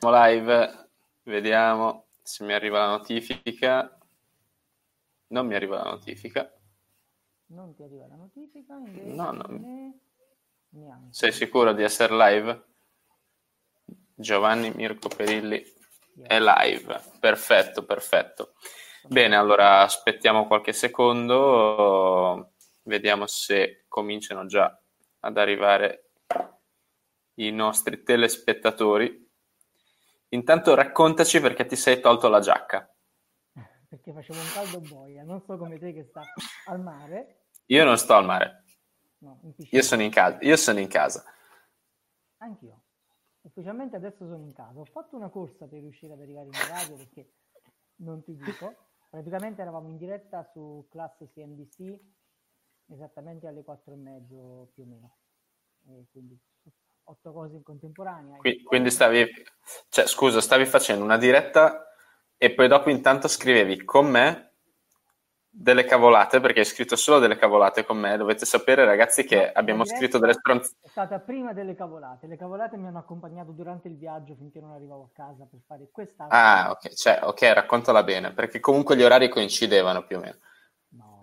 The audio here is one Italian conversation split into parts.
live, vediamo se mi arriva la notifica. Non mi arriva la notifica. Non ti arriva la notifica? No. Sei sicuro di essere live? Giovanni Mirko Perilli è live. Perfetto. Bene, allora aspettiamo qualche secondo, vediamo se cominciano già ad arrivare i nostri telespettatori. Intanto raccontaci perché ti sei tolto la giacca. Perché facevo un caldo boia, non so come te che sta al mare. Io non sto al mare. No, in piscina. Io sono in casa. Anch'io. Specialmente adesso sono in casa. Ho fatto una corsa per riuscire ad arrivare in radio perché non ti dico. Praticamente eravamo in diretta su Class CNBC esattamente alle 4:30 più o meno. E quindi 8 cose in contemporanea. Quindi stavi facendo una diretta e poi dopo intanto scrivevi con me delle cavolate, perché hai scritto solo delle cavolate con me. Dovete sapere, ragazzi, che abbiamo scritto delle stronzate. È stata prima delle cavolate. Le cavolate mi hanno accompagnato durante il viaggio finché non arrivavo a casa per fare questa. Ah, ok, raccontala bene, perché comunque gli orari coincidevano più o meno. No.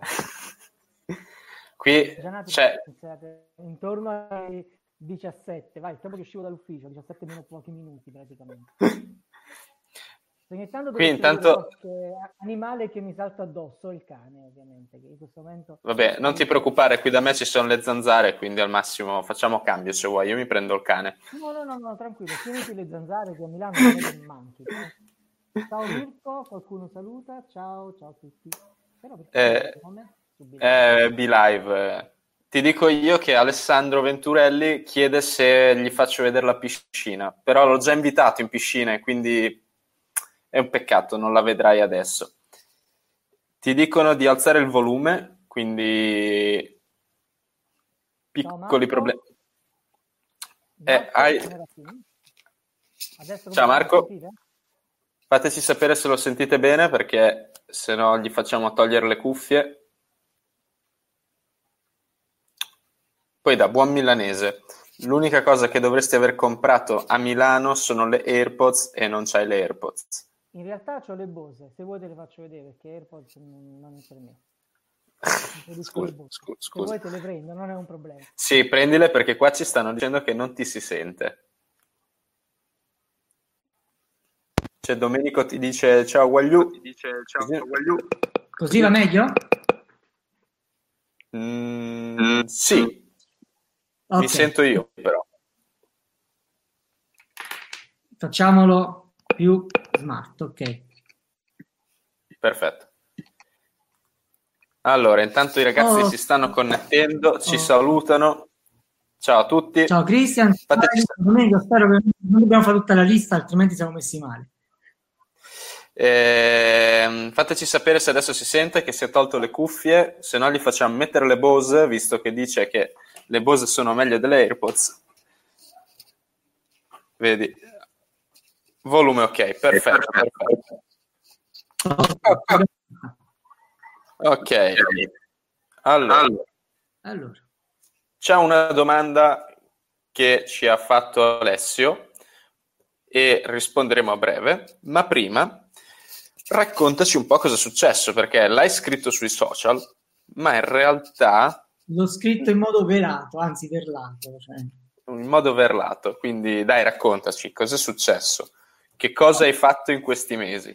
Qui c'è intorno ai 17, vai, dopo che uscivo dall'ufficio, 17 meno pochi minuti praticamente. Ogni tanto qui intanto animale che mi salta addosso, il cane ovviamente, che in questo momento... Vabbè, non ti preoccupare, qui da me ci sono le zanzare, quindi al massimo facciamo cambio se vuoi, io mi prendo il cane. No, tranquillo, tieniti le zanzare che a Milano non è che manchi. Ciao Mirko, qualcuno saluta, ciao a tutti. Però B-Live. Ti dico io che Alessandro Venturelli chiede se gli faccio vedere la piscina, però l'ho già invitato in piscina e quindi è un peccato, non la vedrai adesso. Ti dicono di alzare il volume, quindi piccoli problemi. Ciao Marco, fateci sapere se lo sentite bene, perché se no gli facciamo togliere le cuffie. Poi da buon milanese, l'unica cosa che dovresti aver comprato a Milano sono le AirPods e non c'hai le AirPods. In realtà ho le Bose, se vuoi te le faccio vedere, perché AirPods non è per me. Scusa. Se vuoi te le prendo, non è un problema. Sì, prendile, perché qua ci stanno dicendo che non ti si sente. C'è Domenico, ti dice ciao Guagliù. Così va meglio? Sì. Okay. Mi sento io, però. Facciamolo più smart, ok. Perfetto. Allora, intanto i ragazzi si stanno connettendo, ci salutano. Ciao a tutti. Ciao Cristian, spero che non dobbiamo fare tutta la lista, altrimenti siamo messi male. Fateci sapere se adesso si sente, che si è tolto le cuffie, se no gli facciamo mettere le Bose, visto che dice che le Bose sono meglio delle AirPods. Vedi? Volume ok, perfetto. Ok. Allora. C'è una domanda che ci ha fatto Alessio e risponderemo a breve, ma prima raccontaci un po' cosa è successo, perché l'hai scritto sui social, ma in realtà... L'ho scritto in modo velato, anzi verlato. Cioè. In modo verlato, quindi dai, raccontaci cosa è successo, che cosa hai fatto in questi mesi.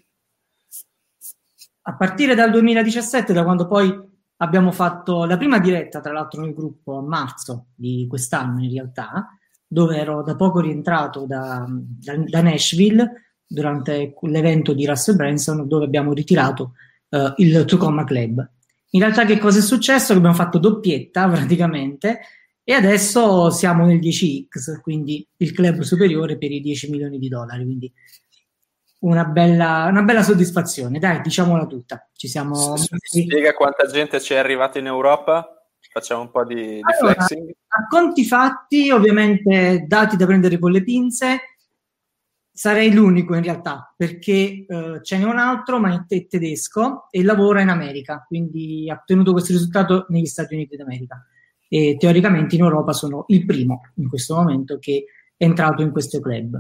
A partire dal 2017, da quando poi abbiamo fatto la prima diretta, tra l'altro nel gruppo, a marzo di quest'anno in realtà, dove ero da poco rientrato da Nashville, durante l'evento di Russell Branson, dove abbiamo ritirato il Tacoma Club. In realtà che cosa è successo? Che abbiamo fatto doppietta praticamente e adesso siamo nel 10X, quindi il club superiore per i $10 milioni, quindi una bella soddisfazione, dai, diciamola tutta. Ci siamo Spiega quanta gente ci è arrivata in Europa? Facciamo un po' di flexing. A conti fatti, ovviamente dati da prendere con le pinze, sarei l'unico in realtà, perché ce n'è un altro, ma è tedesco e lavora in America, quindi ha ottenuto questo risultato negli Stati Uniti d'America. E teoricamente in Europa sono il primo in questo momento che è entrato in questo club.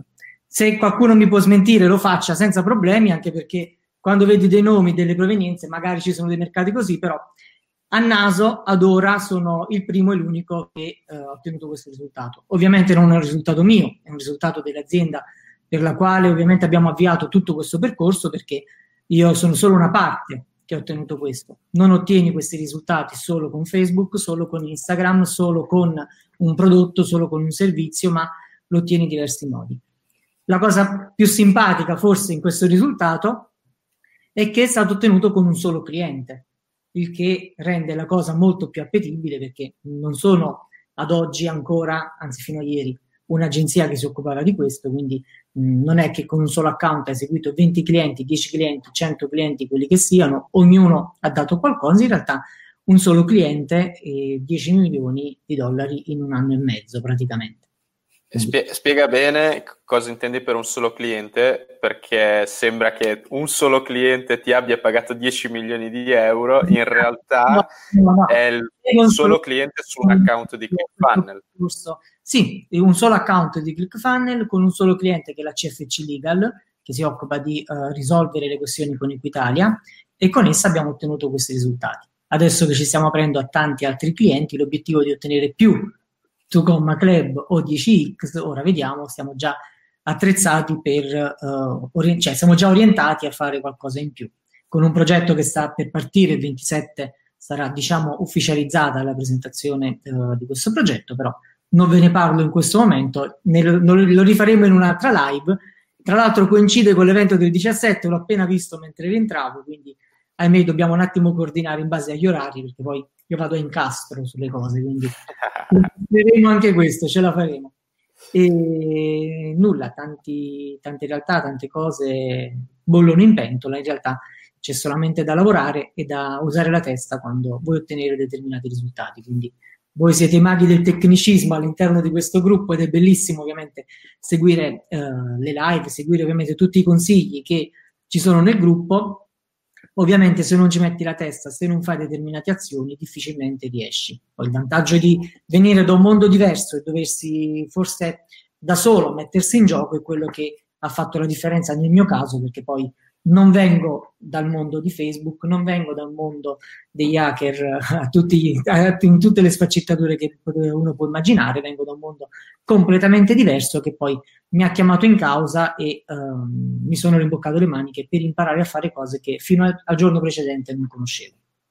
Se qualcuno mi può smentire lo faccia senza problemi, anche perché quando vedi dei nomi, delle provenienze, magari ci sono dei mercati così, però a naso, ad ora, sono il primo e l'unico che ha ottenuto questo risultato. Ovviamente non è un risultato mio, è un risultato dell'azienda per la quale ovviamente abbiamo avviato tutto questo percorso, perché io sono solo una parte che ha ottenuto questo. Non ottieni questi risultati solo con Facebook, solo con Instagram, solo con un prodotto, solo con un servizio, ma lo ottieni in diversi modi. La cosa più simpatica forse in questo risultato è che è stato ottenuto con un solo cliente, il che rende la cosa molto più appetibile, perché non sono ad oggi ancora, anzi fino a ieri, un'agenzia che si occupava di questo, quindi non è che con un solo account hai seguito 20 clienti, 10 clienti, 100 clienti, quelli che siano, ognuno ha dato qualcosa, in realtà un solo cliente e 10 milioni di dollari in un anno e mezzo praticamente. Spiega bene cosa intendi per un solo cliente, perché sembra che un solo cliente ti abbia pagato 10 milioni di euro, in realtà no. è il solo cliente su un account di ClickFunnels. Sì, un solo account di ClickFunnels con un solo cliente che è la CFC Legal, che si occupa di risolvere le questioni con Equitalia, e con essa abbiamo ottenuto questi risultati. Adesso che ci stiamo aprendo a tanti altri clienti, l'obiettivo è di ottenere più To Comma Club o 10X, ora vediamo, stiamo già attrezzati per, cioè siamo già orientati a fare qualcosa in più, con un progetto che sta per partire il 27, sarà diciamo ufficializzata la presentazione di questo progetto, però non ve ne parlo in questo momento, lo rifaremo in un'altra live, tra l'altro coincide con l'evento del 17, l'ho appena visto mentre rientravo, quindi ahimè dobbiamo un attimo coordinare in base agli orari, perché poi io vado a incastro sulle cose, quindi vedremo anche questo, ce la faremo. E nulla, tante realtà, tante cose bollono in pentola, in realtà c'è solamente da lavorare e da usare la testa quando vuoi ottenere determinati risultati, quindi voi siete i maghi del tecnicismo all'interno di questo gruppo ed è bellissimo ovviamente seguire le live, seguire ovviamente tutti i consigli che ci sono nel gruppo. Ovviamente se non ci metti la testa, se non fai determinate azioni, difficilmente riesci. Poi il vantaggio di venire da un mondo diverso e doversi forse da solo mettersi in gioco è quello che ha fatto la differenza nel mio caso, perché poi non vengo dal mondo di Facebook, non vengo dal mondo degli hacker in tutte le sfaccettature che uno può immaginare, vengo da un mondo completamente diverso che poi mi ha chiamato in causa e mi sono rimboccato le maniche per imparare a fare cose che fino al giorno precedente non conoscevo.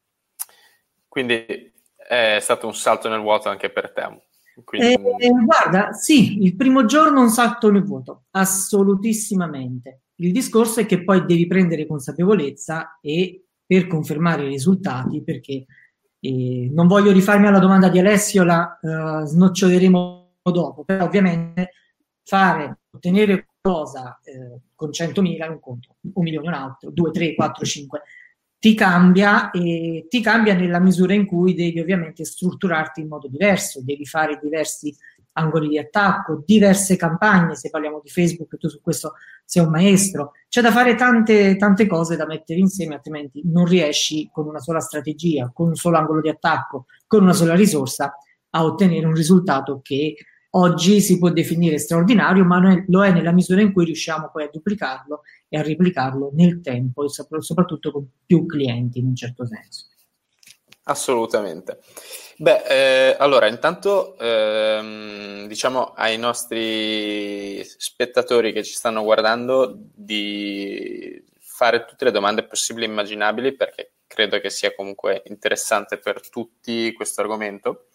Quindi è stato un salto nel vuoto anche per te. Guarda, sì, il primo giorno un salto nel vuoto, assolutissimamente. Il discorso è che poi devi prendere consapevolezza e per confermare i risultati, perché non voglio rifarmi alla domanda di Alessio, la snoccioleremo dopo, però ovviamente ottenere qualcosa con 100.000 un conto, 1 milione un altro, 2, 3, 4, 5, ti cambia e ti cambia nella misura in cui devi ovviamente strutturarti in modo diverso, devi fare diversi angoli di attacco, diverse campagne, se parliamo di Facebook tu su questo sei un maestro, c'è da fare tante cose da mettere insieme, altrimenti non riesci con una sola strategia, con un solo angolo di attacco, con una sola risorsa a ottenere un risultato che oggi si può definire straordinario, ma lo è nella misura in cui riusciamo poi a duplicarlo e a replicarlo nel tempo e soprattutto con più clienti in un certo senso. Assolutamente. Beh, allora intanto diciamo ai nostri spettatori che ci stanno guardando di fare tutte le domande possibili e immaginabili, perché credo che sia comunque interessante per tutti questo argomento.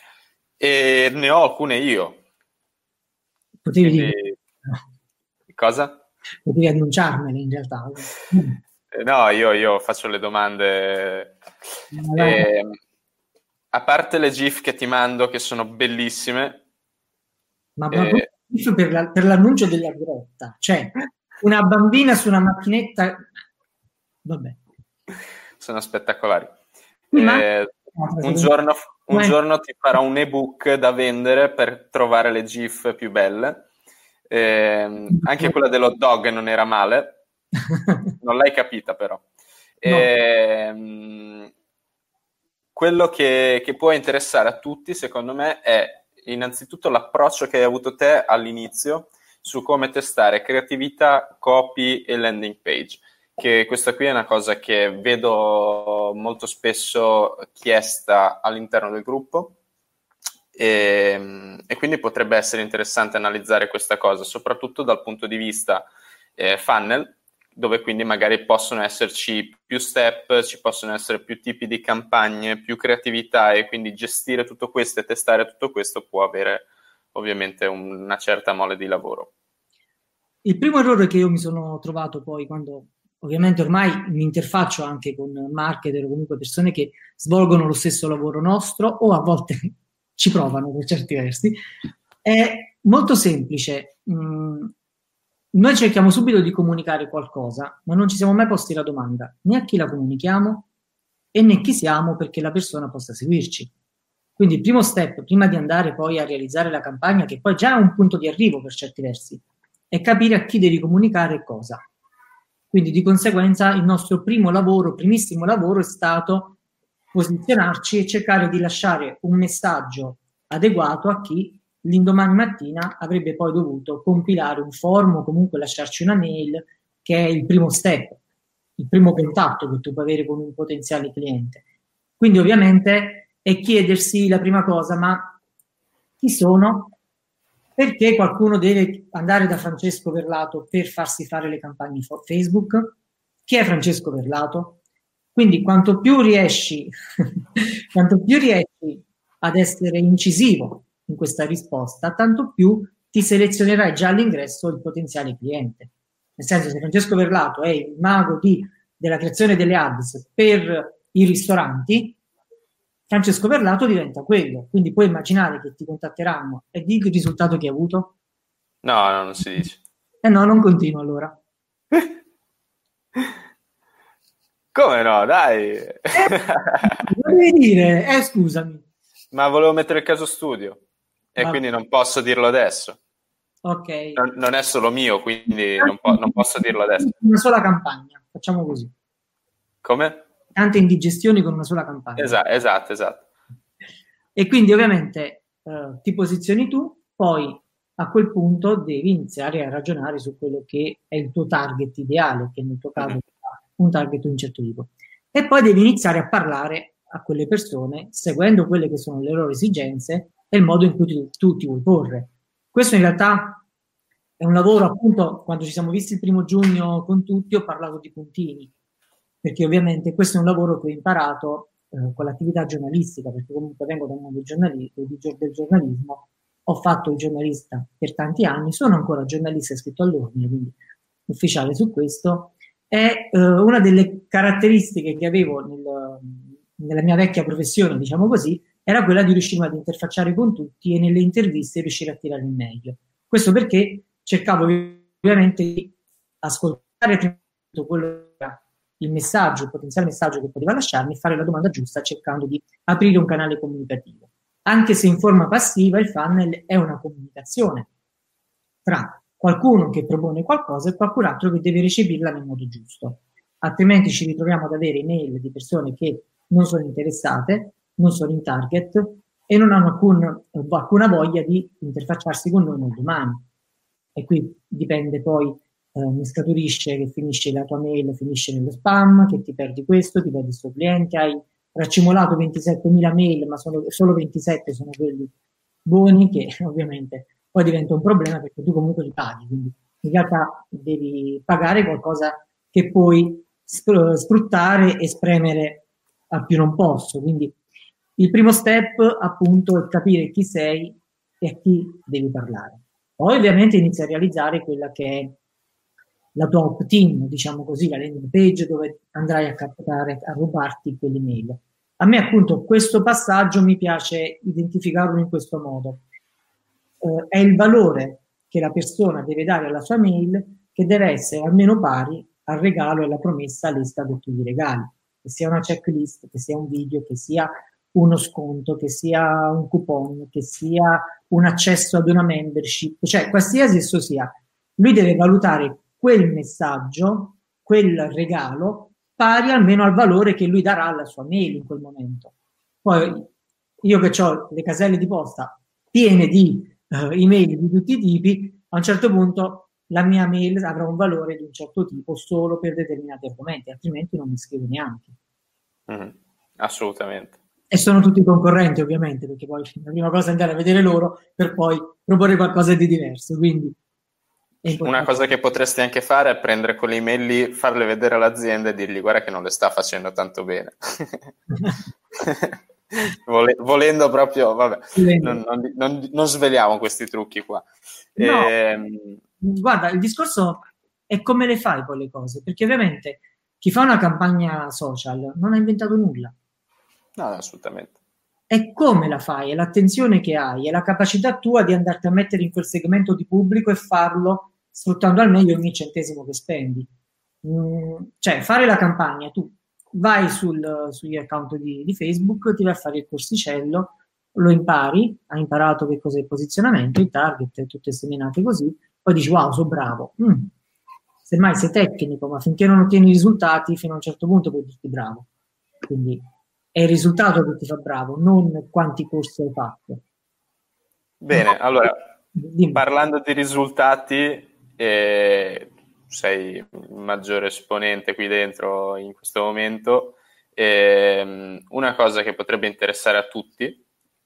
E ne ho alcune io. Potevi dire... Cosa? Potevi annunciarmele in realtà. No, io faccio le domande. A parte le GIF che ti mando, che sono bellissime. Ma GIF per l'annuncio della diretta. Cioè, una bambina su una macchinetta... Vabbè. Sono spettacolari. Un giorno ti farò un ebook da vendere per trovare le GIF più belle. Anche quella dell'hot dog non era male. Non l'hai capita però. No. Quello che può interessare a tutti, secondo me, è innanzitutto l'approccio che hai avuto te all'inizio, su come testare creatività, copy e landing page, che questa qui è una cosa che vedo molto spesso chiesta all'interno del gruppo, e quindi potrebbe essere interessante analizzare questa cosa, soprattutto dal punto di vista funnel, dove quindi magari possono esserci più step, ci possono essere più tipi di campagne, più creatività, e quindi gestire tutto questo e testare tutto questo può avere ovviamente una certa mole di lavoro. Il primo errore che io mi sono trovato poi, quando ovviamente ormai mi interfaccio anche con marketer o comunque persone che svolgono lo stesso lavoro nostro, o a volte ci provano per certi versi, è molto semplice. Noi cerchiamo subito di comunicare qualcosa, ma non ci siamo mai posti la domanda né a chi la comunichiamo e né chi siamo perché la persona possa seguirci. Quindi il primo step, prima di andare poi a realizzare la campagna, che poi già è un punto di arrivo per certi versi, è capire a chi devi comunicare e cosa. Quindi di conseguenza il nostro primissimo lavoro è stato posizionarci e cercare di lasciare un messaggio adeguato a chi l'indomani mattina avrebbe poi dovuto compilare un form o comunque lasciarci una mail, che è il primo step, il primo contatto che tu puoi avere con un potenziale cliente. Quindi ovviamente è chiedersi la prima cosa: ma chi sono? Perché qualcuno deve andare da Francesco Verlato per farsi fare le campagne Facebook? Chi è Francesco Verlato? Quindi quanto più riesci ad essere incisivo in questa risposta, tanto più ti selezionerai già all'ingresso il potenziale cliente. Nel senso, se Francesco Verlato è il mago della creazione delle ads per i ristoranti, Francesco Verlato diventa quello. Quindi puoi immaginare che ti contatteranno. E di il risultato che hai avuto? No, non si dice. No, non continuo allora. Come no, dai. Lo devi dire, scusami. Ma volevo mettere il caso studio e quindi non posso dirlo adesso. Ok. Non è solo mio, quindi non posso dirlo adesso. Una sola campagna, facciamo così. Come? Tante indigestioni con una sola campagna. Esatto. E quindi ovviamente ti posizioni tu, poi a quel punto devi iniziare a ragionare su quello che è il tuo target ideale, che nel tuo caso è un target di un certo tipo. E poi devi iniziare a parlare a quelle persone seguendo quelle che sono le loro esigenze e il modo in cui tu ti vuoi porre. Questo in realtà è un lavoro, appunto, quando ci siamo visti il 1° giugno con tutti ho parlato di puntini, perché ovviamente questo è un lavoro che ho imparato con l'attività giornalistica, perché comunque vengo dal mondo del giornalismo, ho fatto il giornalista per tanti anni, sono ancora giornalista iscritto all'Ordine, quindi ufficiale su questo. È una delle caratteristiche che avevo nella mia vecchia professione, diciamo così, era quella di riuscire ad interfacciare con tutti e nelle interviste riuscire a tirare il meglio. Questo perché cercavo ovviamente di ascoltare quello che era il messaggio, il potenziale messaggio che poteva lasciarmi, fare la domanda giusta cercando di aprire un canale comunicativo. Anche se in forma passiva il funnel è una comunicazione tra qualcuno che propone qualcosa e qualcun altro che deve recepirla nel modo giusto. Altrimenti ci ritroviamo ad avere email di persone che non sono interessate, non sono in target e non hanno alcuna voglia di interfacciarsi con noi nel domani. E qui dipende poi, mi scaturisce che finisce la tua mail, finisce nello spam, che ti perdi questo, ti perdi il suo cliente, hai raccimolato 27.000 mail, ma solo 27 sono quelli buoni, che ovviamente poi diventa un problema perché tu comunque li paghi, quindi in realtà devi pagare qualcosa che puoi sfruttare e spremere a più non posso. Quindi il primo step appunto è capire chi sei e a chi devi parlare. Poi ovviamente inizi a realizzare quella che è la tua opt-in, diciamo così, la landing page dove andrai a captare, a rubarti quell'email. A me appunto questo passaggio mi piace identificarlo in questo modo. È il valore che la persona deve dare alla sua mail che deve essere almeno pari al regalo e alla promessa lista di tutti i regali, che sia una checklist, che sia un video, che sia uno sconto, che sia un coupon, che sia un accesso ad una membership, cioè qualsiasi esso sia, lui deve valutare quel messaggio, quel regalo, pari almeno al valore che lui darà alla sua mail in quel momento. Poi io che ho le caselle di posta piene di email di tutti i tipi, a un certo punto la mia mail avrà un valore di un certo tipo solo per determinati argomenti, altrimenti non mi scrivo neanche. Assolutamente. E sono tutti concorrenti, ovviamente, perché poi la prima cosa è andare a vedere loro per poi proporre qualcosa di diverso. Quindi una cosa che potresti anche fare è prendere quelle email lì, farle vedere all'azienda e dirgli guarda che non le sta facendo tanto bene. Volendo proprio, vabbè, non sveliamo questi trucchi qua. No, guarda, il discorso è come le fai poi le cose, perché ovviamente chi fa una campagna social non ha inventato nulla. No, assolutamente. È come la fai, è l'attenzione che hai, è la capacità tua di andarti a mettere in quel segmento di pubblico e farlo sfruttando al meglio ogni centesimo che spendi. Cioè, fare la campagna, tu vai sugli account di Facebook, ti vai a fare il corsicello, lo impari, hai imparato che cos'è il posizionamento, il target, tutte seminate così, poi dici wow, sono bravo. Semmai sei tecnico, ma finché non ottieni i risultati, fino a un certo punto puoi dirti bravo. Quindi è il risultato che ti fa bravo, non quanti corsi hai fatto. Bene, allora, parlando di risultati, sei il maggiore esponente qui dentro in questo momento. Una cosa che potrebbe interessare a tutti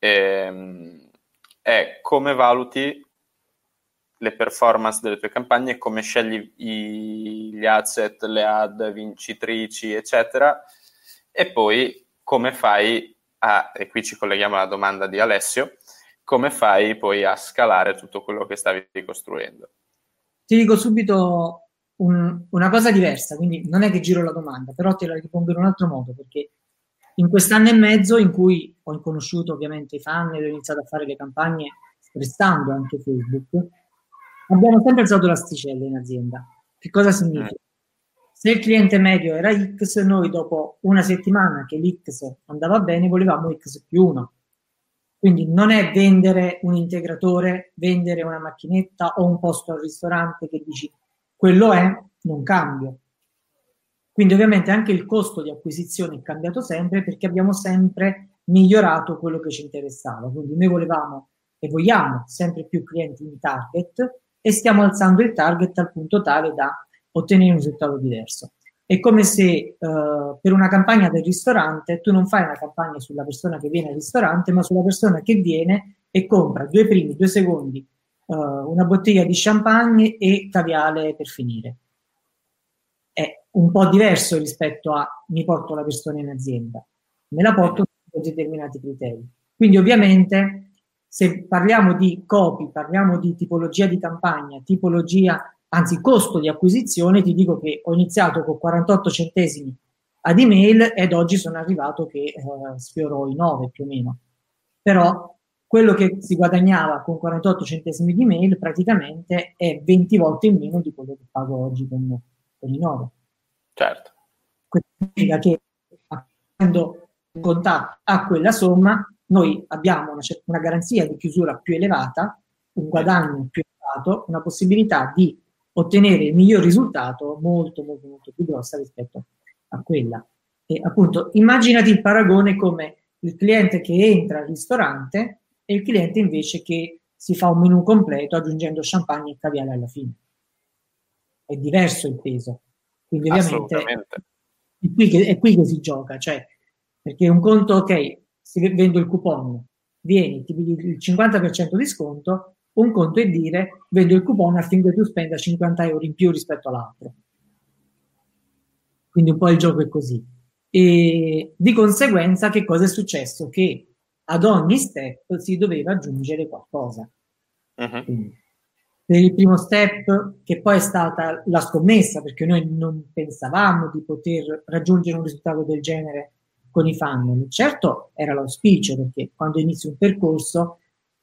è come valuti le performance delle tue campagne e come scegli gli asset, le ad vincitrici, eccetera, e poi come fai e qui ci colleghiamo alla domanda di Alessio, come fai poi a scalare tutto quello che stavi costruendo? Ti dico subito una cosa diversa, quindi non è che giro la domanda, però te la rispondo in un altro modo, perché in quest'anno e mezzo in cui ho conosciuto ovviamente i fan e ho iniziato a fare le campagne restando anche Facebook, abbiamo sempre alzato l'asticella in azienda. Che cosa significa? Se il cliente medio era X, noi dopo una settimana che l'X andava bene volevamo X più 1. Quindi non è vendere un integratore, vendere una macchinetta o un posto al ristorante che dici quello è, non cambio. Quindi ovviamente anche il costo di acquisizione è cambiato sempre perché abbiamo sempre migliorato quello che ci interessava. Quindi noi volevamo e vogliamo sempre più clienti in target e stiamo alzando il target al punto tale da ottenere un risultato diverso. È come se per una campagna del ristorante tu non fai una campagna sulla persona che viene al ristorante, ma sulla persona che viene e compra 2 primi, 2 secondi, una bottiglia di champagne e caviale per finire. È un po' diverso rispetto a mi porto la persona in azienda, me la porto con determinati criteri. Quindi ovviamente se parliamo di copy, parliamo di tipologia di campagna, anzi costo di acquisizione, ti dico che ho iniziato con 48 centesimi ad email ed oggi sono arrivato che sfiorò i 9 più o meno. Però quello che si guadagnava con 48 centesimi di mail praticamente è 20 volte in meno di quello che pago oggi con i 9. Certo. Questo significa che avendo un contatto a quella somma, noi abbiamo una garanzia di chiusura più elevata, un guadagno più elevato, una possibilità di ottenere il miglior risultato molto, molto, molto più grossa rispetto a quella. E appunto, immaginati il paragone come il cliente che entra al ristorante e il cliente invece che si fa un menù completo aggiungendo champagne e caviale alla fine. È diverso il peso. Quindi ovviamente è qui che si gioca, cioè, perché un conto, ok, se vendo il coupon, vieni, ti pigli il 50% di sconto, un conto è dire vendo il coupon affinché tu spenda 50 euro in più rispetto all'altro. Quindi un po' il gioco è così. E di conseguenza che cosa è successo? Che ad ogni step si doveva aggiungere qualcosa. Quindi, per il primo step, che poi è stata la scommessa, perché noi non pensavamo di poter raggiungere un risultato del genere con i funnel. Certo era l'auspicio, perché quando inizi un percorso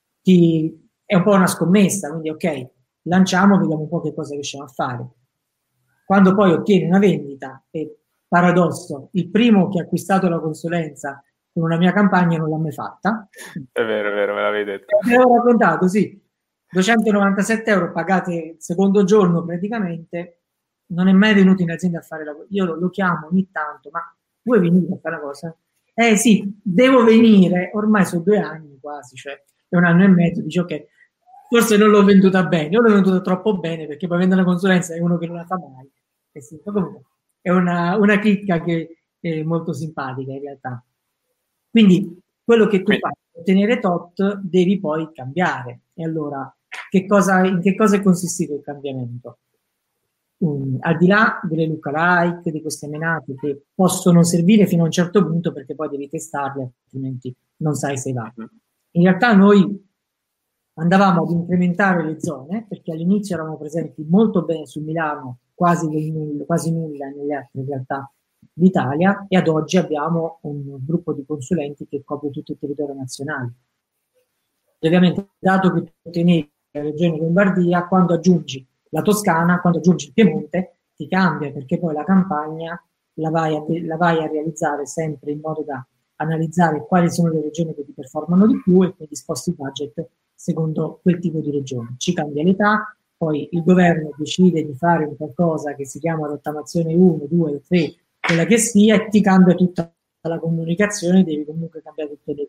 è un po' una scommessa, quindi ok, lanciamo, vediamo un po' che cosa riusciamo a fare. Quando poi ottieni una vendita, e paradosso, il primo che ha acquistato la consulenza con una mia campagna non l'ha mai fatta. È vero, me l'avevi detto. Te l'ho raccontato, sì. 297 euro pagate il secondo giorno praticamente, non è mai venuto in azienda a fare lavoro. Io lo chiamo ogni tanto, ma vuoi venire a fare una cosa? Sì, devo venire, ormai sono 2 anni quasi, cioè è 1 anno e mezzo, dice ok, forse non l'ho venduta bene, o l'ho venduta troppo bene, perché poi vendere una consulenza è uno che non la fa mai. Sì, comunque è una chicca che è molto simpatica in realtà. Quindi quello che tu fai per ottenere tot devi poi cambiare. E allora, in che cosa è consistito il cambiamento? Al di là delle lookalike, di queste menate che possono servire fino a un certo punto perché poi devi testarle, altrimenti non sai se va. In realtà noi andavamo ad incrementare le zone perché all'inizio eravamo presenti molto bene su Milano, quasi nulla nelle altre realtà d'Italia, e ad oggi abbiamo un gruppo di consulenti che copre tutto il territorio nazionale. E ovviamente, dato che tu tenevi la regione Lombardia, quando aggiungi la Toscana, quando aggiungi il Piemonte, ti cambia, perché poi la campagna la vai a realizzare sempre in modo da analizzare quali sono le regioni che ti performano di più e quindi sposti il budget secondo quel tipo di regione. Ci cambia l'età, poi il governo decide di fare un qualcosa che si chiama rottamazione 1, 2, 3, quella che sia, e ti cambia tutta la comunicazione, devi comunque cambiare tutte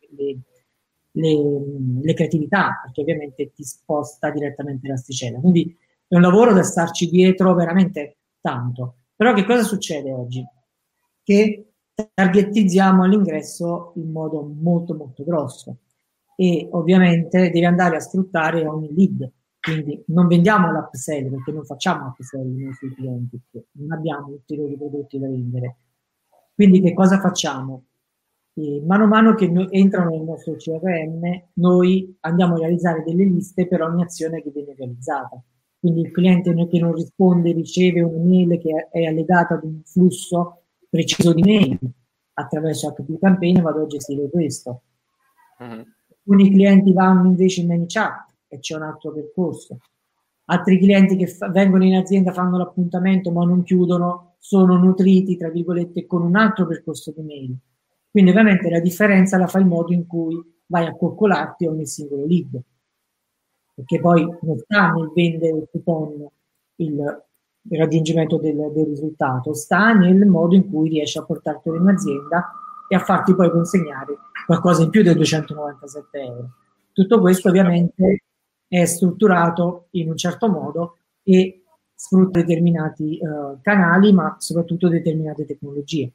le creatività, perché ovviamente ti sposta direttamente l'asticella. Quindi è un lavoro da starci dietro veramente tanto. Però che cosa succede oggi? Che targettizziamo all'ingresso in modo molto molto grosso e ovviamente devi andare a sfruttare ogni lead. Quindi non vendiamo l'upsell, perché non facciamo upsell noi sui clienti, perché non abbiamo ulteriori prodotti da vendere. Quindi che cosa facciamo? Mano a mano che entrano nel nostro CRM, noi andiamo a realizzare delle liste per ogni azione che viene realizzata. Quindi il cliente che non risponde riceve un'email che è allegata ad un flusso preciso di mail. Attraverso HP Campaign vado a gestire questo. Alcuni clienti vanno invece in ManyChat e c'è un altro percorso. Altri clienti che vengono in azienda, fanno l'appuntamento ma non chiudono, sono nutriti, tra virgolette, con un altro percorso di mail. Quindi ovviamente la differenza la fa il modo in cui vai a coccolarti ogni singolo lead, perché poi non sta nel vendere il coupon il raggiungimento del risultato, sta nel modo in cui riesci a portartelo in azienda e a farti poi consegnare qualcosa in più dei 297 euro. Tutto questo ovviamente è strutturato in un certo modo e sfrutta determinati canali, ma soprattutto determinate tecnologie.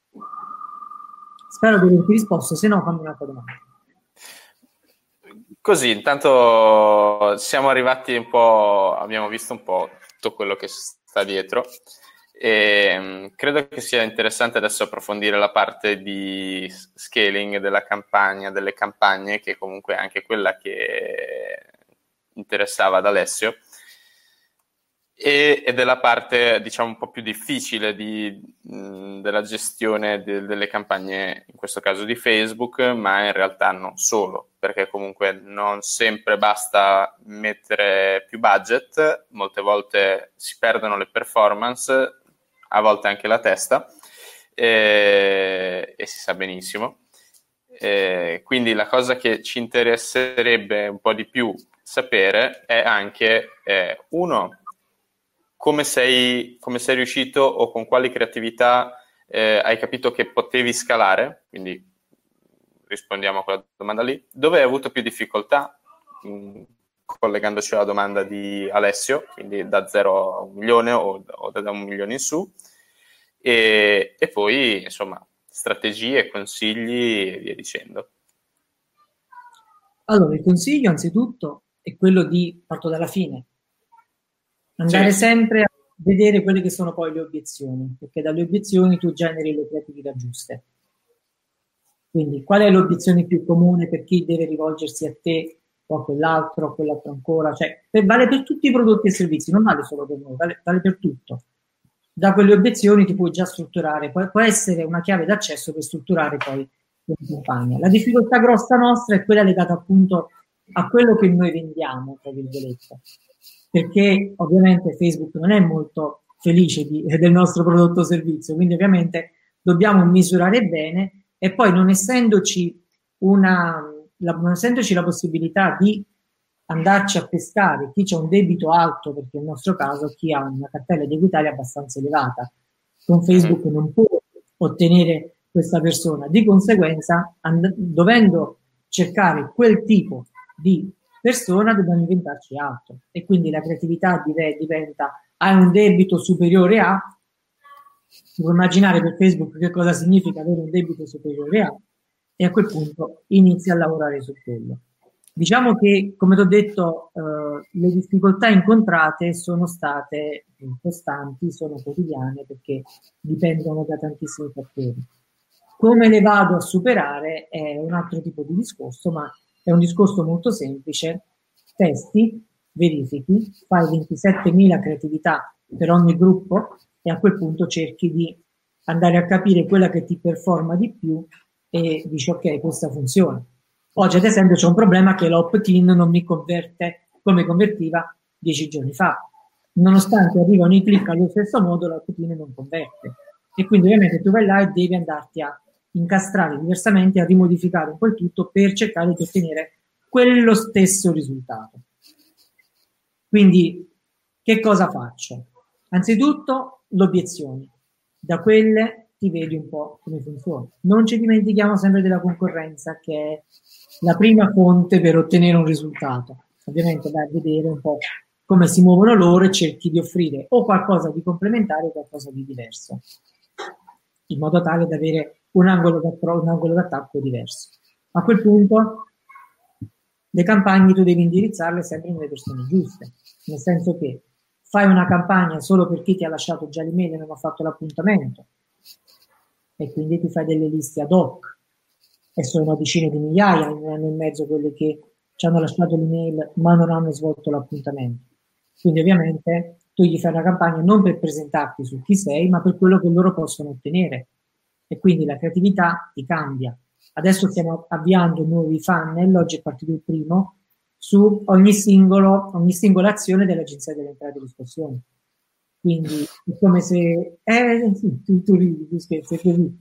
Spero di averti risposto, se no fammi un'altra domanda. Così, intanto siamo arrivati un po', abbiamo visto un po' tutto quello che sta dietro e credo che sia interessante adesso approfondire la parte di scaling della campagna, delle campagne, che comunque è anche quella che interessava ad Alessio, e della parte, diciamo, un po' più difficile della gestione delle campagne, in questo caso di Facebook, ma in realtà non solo, perché comunque non sempre basta mettere più budget, molte volte si perdono le performance, a volte anche la testa, e si sa benissimo. Quindi la cosa che ci interesserebbe un po' di più sapere è anche, uno, come sei riuscito o con quali creatività hai capito che potevi scalare, quindi rispondiamo a quella domanda lì. Dove hai avuto più difficoltà, collegandoci alla domanda di Alessio, quindi da 0 a 1 milione o da 1 milione in su, e poi insomma strategie, consigli e via dicendo. Allora, il consiglio anzitutto è quello parto dalla fine, andare sempre a vedere quelle che sono poi le obiezioni, perché dalle obiezioni tu generi le creatività giuste. Quindi qual è l'obiezione più comune per chi deve rivolgersi a te o a quell'altro ancora? Cioè, vale per tutti i prodotti e servizi, non vale solo per noi, vale per tutto. Da quelle obiezioni ti puoi già strutturare, può essere una chiave d'accesso per strutturare poi la campagna. La difficoltà grossa nostra è quella legata appunto a quello che noi vendiamo, tra virgolette, perché ovviamente Facebook non è molto felice del nostro prodotto o servizio, quindi ovviamente dobbiamo misurare bene e poi non essendoci la possibilità di andarci a pescare chi c'ha un debito alto, perché nel nostro caso chi ha una cartella di Equitalia abbastanza elevata, con Facebook non può ottenere questa persona, di conseguenza dovendo cercare quel tipo di persona dobbiamo inventarci altro. E quindi la creatività diventa: hai un debito superiore a, si può immaginare per Facebook che cosa significa avere un debito superiore a, e a quel punto inizi a lavorare su quello. Diciamo che, come ti ho detto, le difficoltà incontrate sono state costanti, sono quotidiane, perché dipendono da tantissimi fattori. Come le vado a superare è un altro tipo di discorso, ma è un discorso molto semplice: testi, verifichi, fai 27.000 creatività per ogni gruppo e a quel punto cerchi di andare a capire quella che ti performa di più e dici ok, questa funziona. Oggi ad esempio c'è un problema che l'opt-in non mi converte come convertiva 10 giorni fa. Nonostante arrivano i click allo stesso modo, l'opt-in non converte. E quindi ovviamente tu vai là e devi andarti a incastrare diversamente, a rimodificare un po' il tutto per cercare di ottenere quello stesso risultato. Quindi che cosa faccio? Anzitutto l'obiezione. Da quelle ti vedi un po' come funziona. Non ci dimentichiamo sempre della concorrenza, che è la prima fonte per ottenere un risultato. Ovviamente vai a vedere un po' come si muovono loro e cerchi di offrire o qualcosa di complementare o qualcosa di diverso, in modo tale da avere un angolo d'attacco diverso. A quel punto le campagne tu devi indirizzarle sempre nelle persone giuste, nel senso che fai una campagna solo per chi ti ha lasciato già l'email e non ha fatto l'appuntamento, e quindi ti fai delle liste ad hoc, e sono decine di migliaia, in mezzo quelle che ci hanno lasciato l'email ma non hanno svolto l'appuntamento. Quindi ovviamente tu gli fai una campagna non per presentarti su chi sei, ma per quello che loro possono ottenere, e quindi la creatività ti cambia. Adesso stiamo avviando nuovi funnel, oggi è partito il primo, su ogni singola azione dell'Agenzia delle Entrate e Riscossioni. Quindi è come se sì, tu ridi, tu scherzi, è così.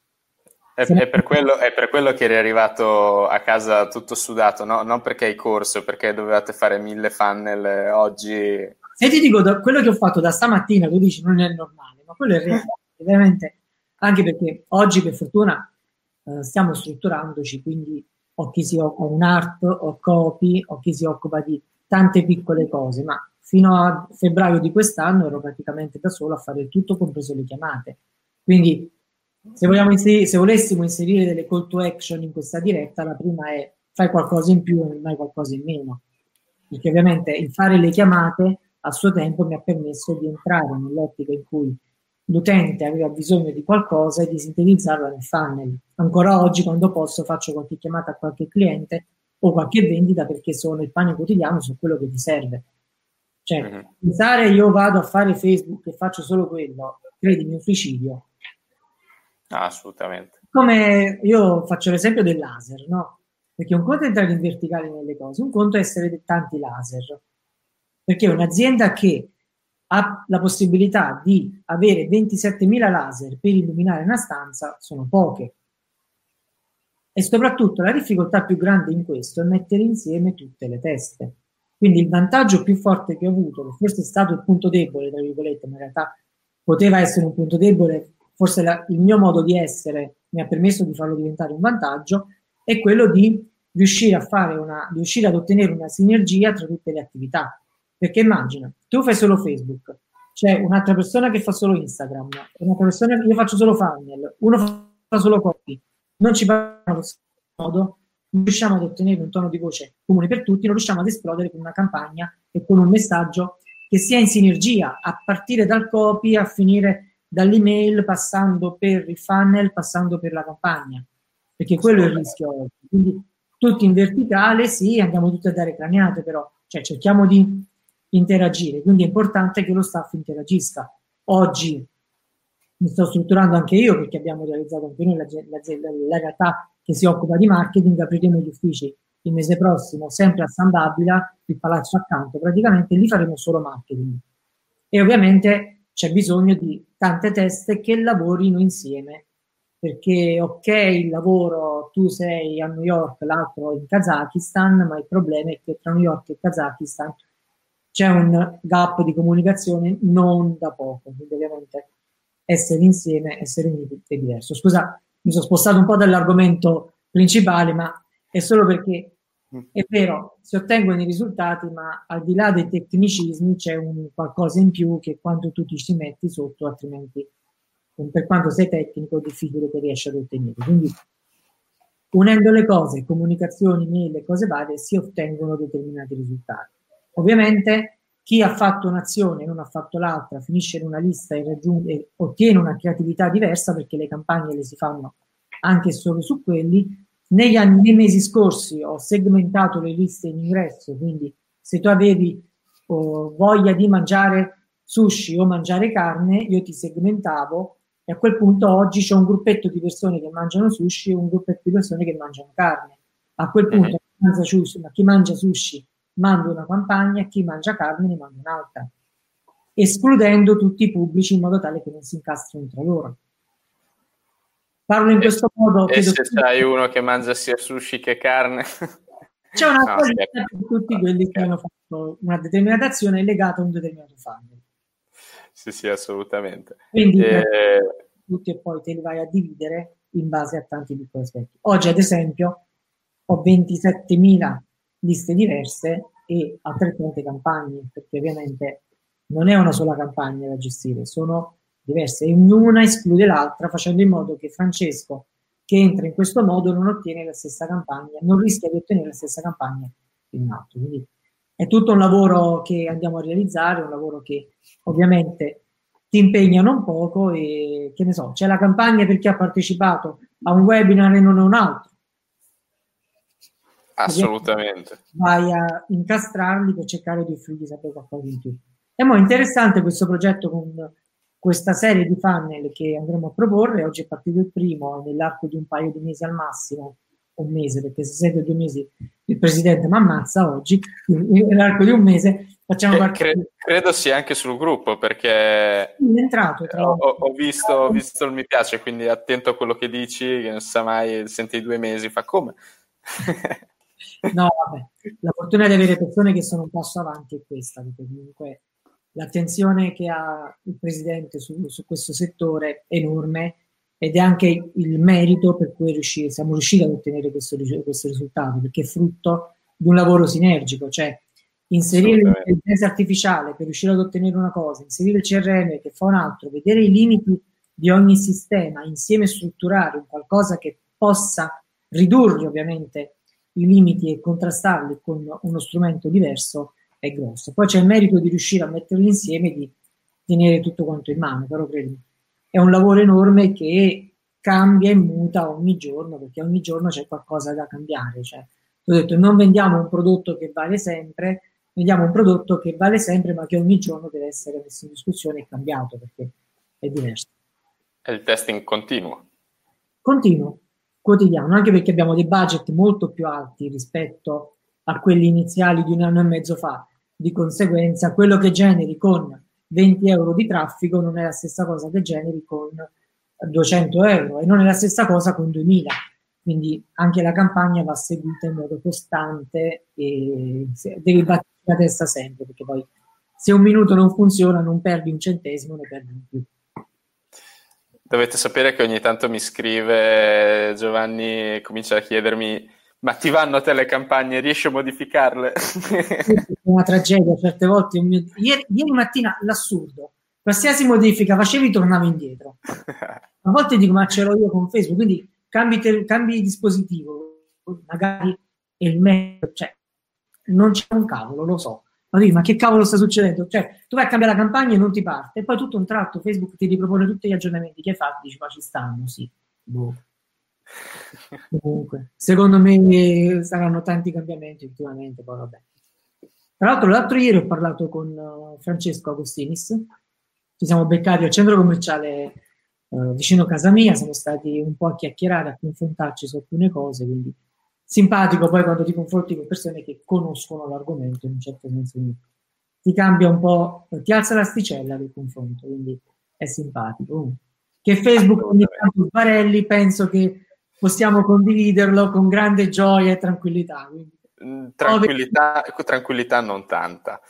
È per quello che eri arrivato a casa tutto sudato, no? Non perché hai corso, perché dovevate fare 1000 funnel oggi. Se ti dico quello che ho fatto da stamattina, tu dici non è normale, ma quello è reale, veramente, anche perché oggi per fortuna stiamo strutturandoci, quindi ho chi si occupa un art, ho copy, ho chi si occupa di tante piccole cose, ma fino a febbraio di quest'anno ero praticamente da solo a fare il tutto, compreso le chiamate. Quindi se volessimo inserire delle call to action in questa diretta, la prima è: fai qualcosa in più e non mai qualcosa in meno, perché ovviamente il fare le chiamate a suo tempo mi ha permesso di entrare nell'ottica in cui l'utente aveva bisogno di qualcosa e di sintetizzarlo nel funnel. Ancora oggi, quando posso, faccio qualche chiamata a qualche cliente o qualche vendita, perché sono il pane quotidiano su quello che ti serve. Cioè, pensare io vado a fare Facebook e faccio solo quello, credimi, un suicidio. Assolutamente. Come io faccio l'esempio del laser, no? Perché un conto è entrare in verticale nelle cose, un conto è essere tanti laser. Perché un'azienda che ha la possibilità di avere 27.000 laser per illuminare una stanza sono poche. E soprattutto la difficoltà più grande in questo è mettere insieme tutte le teste. Quindi il vantaggio più forte che ho avuto, che forse è stato il punto debole, tra virgolette, ma in realtà poteva essere un punto debole, forse il mio modo di essere mi ha permesso di farlo diventare un vantaggio, è quello di riuscire ad ottenere una sinergia tra tutte le attività. Perché immagina, tu fai solo Facebook, c'è un'altra persona che fa solo Instagram, un'altra persona, io faccio solo funnel, uno fa solo copy, non ci parliamo allo stesso modo, non riusciamo ad ottenere un tono di voce comune per tutti, non riusciamo ad esplodere con una campagna e con un messaggio che sia in sinergia, a partire dal copy, a finire dall'email, passando per il funnel, passando per la campagna, perché quello è il rischio oggi. Quindi tutti in verticale, sì, andiamo tutti a dare craniate, però cerchiamo di interagire, quindi è importante che lo staff interagisca. Oggi mi sto strutturando anche io, perché abbiamo realizzato anche noi la realtà che si occupa di marketing, apriremo gli uffici il mese prossimo, sempre a San Babila, il palazzo accanto, praticamente lì faremo solo marketing. E ovviamente c'è bisogno di tante teste che lavorino insieme, perché ok, il lavoro, tu sei a New York, l'altro in Kazakistan, ma il problema è che tra New York e Kazakistan c'è un gap di comunicazione non da poco, quindi ovviamente essere insieme, essere uniti è diverso. Scusa, mi sono spostato un po' dall'argomento principale, ma è solo perché È vero, si ottengono i risultati, ma al di là dei tecnicismi c'è un qualcosa in più che quando tu ti ci metti sotto, altrimenti per quanto sei tecnico è difficile che riesci ad ottenere. Quindi unendo le cose, comunicazioni, mail e cose varie, si ottengono determinati risultati. Ovviamente chi ha fatto un'azione e non ha fatto l'altra finisce in una lista e ottiene una creatività diversa, perché le campagne le si fanno anche solo su quelli. Nei mesi scorsi ho segmentato le liste in ingresso, quindi se tu avevi voglia di mangiare sushi o mangiare carne, io ti segmentavo e a quel punto oggi c'è un gruppetto di persone che mangiano sushi e un gruppetto di persone che mangiano carne. A quel punto chi mangia sushi manda una campagna, chi mangia carne ne manda un'altra, escludendo tutti i pubblici in modo tale che non si incastrino tra loro. Parlo in questo modo. E se c'hai uno che mangia sia sushi che carne? C'è una lista per tutti quelli che hanno fatto una determinata azione legata a un determinato farmaco. Sì, assolutamente. Quindi tutti e poi te li vai a dividere in base a tanti piccoli aspetti. Oggi, ad esempio, ho 27.000 liste diverse e altrettante campagne, perché ovviamente non è una sola campagna da gestire, sono diverse e ognuna esclude l'altra, facendo in modo che Francesco, che entra in questo modo, non ottiene la stessa campagna, non rischia di ottenere la stessa campagna in un altro. Quindi è tutto un lavoro che andiamo a realizzare, un lavoro che ovviamente ti impegna non poco e che ne so, c'è la campagna per chi ha partecipato a un webinar e non a un altro. Assolutamente. Vai a incastrarli per cercare di offrirgli sempre qualcosa in più. È molto interessante questo progetto con questa serie di funnel che andremo a proporre. Oggi è partito il primo, nell'arco di un paio di mesi al massimo, un mese, perché se siete 2 mesi il presidente mi ammazza oggi, nell'arco di un mese facciamo partire. Credo sia anche sul gruppo, perché è entrato, ho visto il mi piace, quindi attento a quello che dici, che non sa mai, senti 2 mesi, fa come? No, vabbè, la fortuna di avere persone che sono un passo avanti è questa, perché comunque l'attenzione che ha il presidente su questo settore è enorme ed è anche il merito per cui siamo riusciti ad ottenere questo risultato, perché è frutto di un lavoro sinergico, cioè inserire l'intelligenza artificiale per riuscire ad ottenere una cosa, inserire il CRM che fa un altro, vedere i limiti di ogni sistema, insieme strutturare un qualcosa che possa ridurre ovviamente i limiti e contrastarli con uno strumento diverso è grosso. Poi c'è il merito di riuscire a metterli insieme e di tenere tutto quanto in mano, però credimi, è un lavoro enorme che cambia e muta ogni giorno, perché ogni giorno c'è qualcosa da cambiare. Cioè, ho detto, non vendiamo un prodotto che vale sempre, vendiamo un prodotto che vale sempre, ma che ogni giorno deve essere messo in discussione e cambiato, perché è diverso. È il testing continuo. Continuo, quotidiano, anche perché abbiamo dei budget molto più alti rispetto a quelli iniziali di 1 anno e mezzo fa. Di conseguenza, quello che generi con 20 euro di traffico non è la stessa cosa che generi con 200 euro e non è la stessa cosa con 2000. Quindi anche la campagna va seguita in modo costante e devi battere la testa sempre, perché poi se un minuto non funziona non perdi un centesimo, ne perdi di più. Dovete sapere che ogni tanto mi scrive Giovanni e comincia a chiedermi: ma ti vanno a te le campagne, riesci a modificarle? È una tragedia certe volte. Ieri mattina l'assurdo, qualsiasi modifica facevi tornava indietro. A volte dico ma ce l'ho io con Facebook, quindi cambi dispositivo, magari è il meglio, cioè non c'è un cavolo, lo so. Ma che cavolo sta succedendo? Cioè, tu vai a cambiare la campagna e non ti parte, e poi tutto un tratto Facebook ti ripropone tutti gli aggiornamenti che hai fatto, dici, ma ci stanno, sì. Boh. Comunque, secondo me saranno tanti cambiamenti ultimamente, poi vabbè. Tra l'altro ieri ho parlato con Francesco Agostinis, ci siamo beccati al centro commerciale vicino a casa mia, siamo stati un po' a chiacchierare, a confrontarci su alcune cose, quindi simpatico poi quando ti confronti con persone che conoscono l'argomento in un certo senso, ti cambia un po', ti alza l'asticella del confronto, quindi è simpatico. Che Facebook ogni tanto sbarelli, penso che possiamo condividerlo con grande gioia e tranquillità. Quindi, tranquillità non tanta.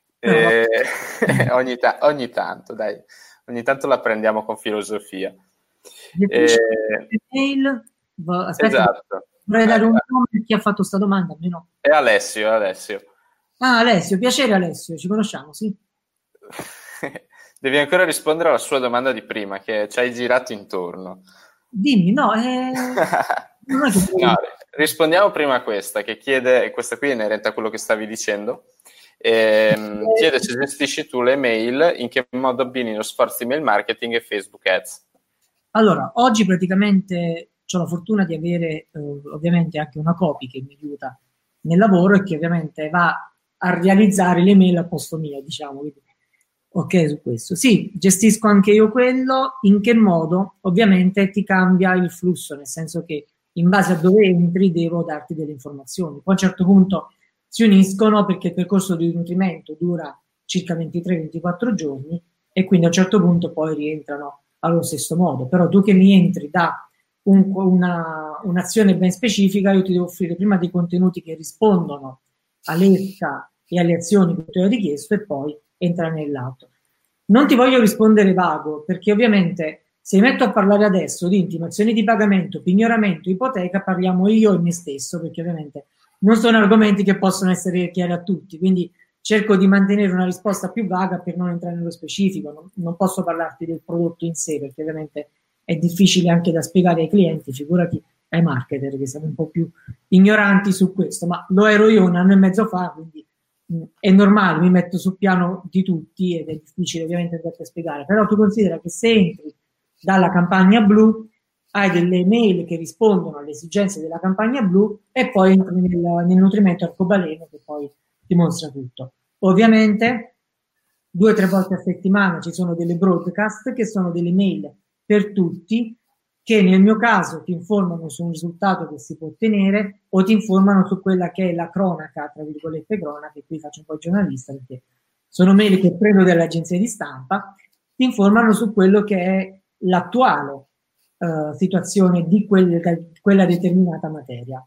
Ogni tanto, dai, ogni tanto la prendiamo con filosofia. Mail, esatto. Vorrei dare un nome a chi ha fatto sta domanda, almeno. È Alessio. Ah, Alessio, piacere Alessio, ci conosciamo, sì. Devi ancora rispondere alla sua domanda di prima, che ci hai girato intorno. Dimmi, no, non è che... No, rispondiamo prima a questa, che chiede, questa qui è inerente a quello che stavi dicendo, chiede se gestisci tu le mail, in che modo abbini lo sforzo email marketing e Facebook Ads. Allora, oggi praticamente ho la fortuna di avere ovviamente anche una copy che mi aiuta nel lavoro e che ovviamente va a realizzare le mail a posto mio, diciamo. Quindi, ok, su questo. Sì, gestisco anche io quello. In che modo? Ovviamente ti cambia il flusso, nel senso che in base a dove entri devo darti delle informazioni. Poi a un certo punto si uniscono perché il percorso di nutrimento dura circa 23-24 giorni e quindi a un certo punto poi rientrano allo stesso modo. Però tu che mi entri da un'azione ben specifica, io ti devo offrire prima dei contenuti che rispondono all'esca e alle azioni che tu hai richiesto e poi entra nell'altro. Non ti voglio rispondere vago, perché ovviamente se mi metto a parlare adesso di intimazioni di pagamento, pignoramento, ipoteca, parliamo io e me stesso, perché ovviamente non sono argomenti che possono essere chiari a tutti, quindi cerco di mantenere una risposta più vaga per non entrare nello specifico. Non posso parlarti del prodotto in sé, perché ovviamente è difficile anche da spiegare ai clienti, figurati ai marketer che siamo un po' più ignoranti su questo, ma lo ero io un anno e mezzo fa, quindi è normale, mi metto sul piano di tutti ed è difficile ovviamente andarti a spiegare, però tu considera che se entri dalla campagna blu hai delle mail che rispondono alle esigenze della campagna blu e poi entri nel nutrimento arcobaleno che poi ti mostra tutto. Ovviamente 2 o 3 volte a settimana ci sono delle broadcast che sono delle mail per tutti che nel mio caso ti informano su un risultato che si può ottenere o ti informano su quella che è la cronaca, tra virgolette cronaca, e qui faccio un po' il giornalista perché sono mail che prendo dalle agenzie di stampa, ti informano su quello che è l'attuale situazione di quella determinata materia.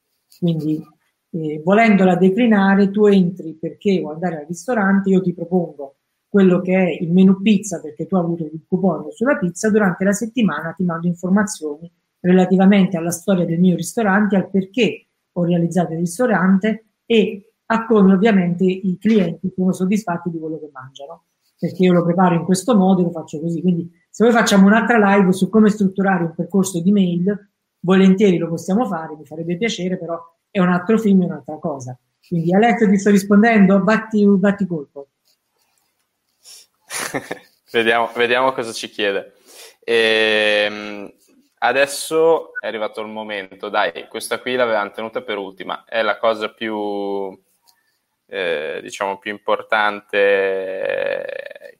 Quindi volendola declinare tu entri perché vuoi andare al ristorante, io ti propongo quello che è il menù pizza perché tu hai avuto il coupon sulla pizza, durante la settimana ti mando informazioni relativamente alla storia del mio ristorante, al perché ho realizzato il ristorante e a come ovviamente i clienti sono soddisfatti di quello che mangiano, perché io lo preparo in questo modo e lo faccio così. Quindi se voi facciamo un'altra live su come strutturare un percorso di mail, volentieri lo possiamo fare, mi farebbe piacere, però è un altro film, è un'altra cosa. Quindi Alessio ti sto rispondendo, batti colpo. Vediamo cosa ci chiede. Adesso è arrivato il momento, dai, questa qui l'avevamo tenuta per ultima, è la cosa più diciamo più importante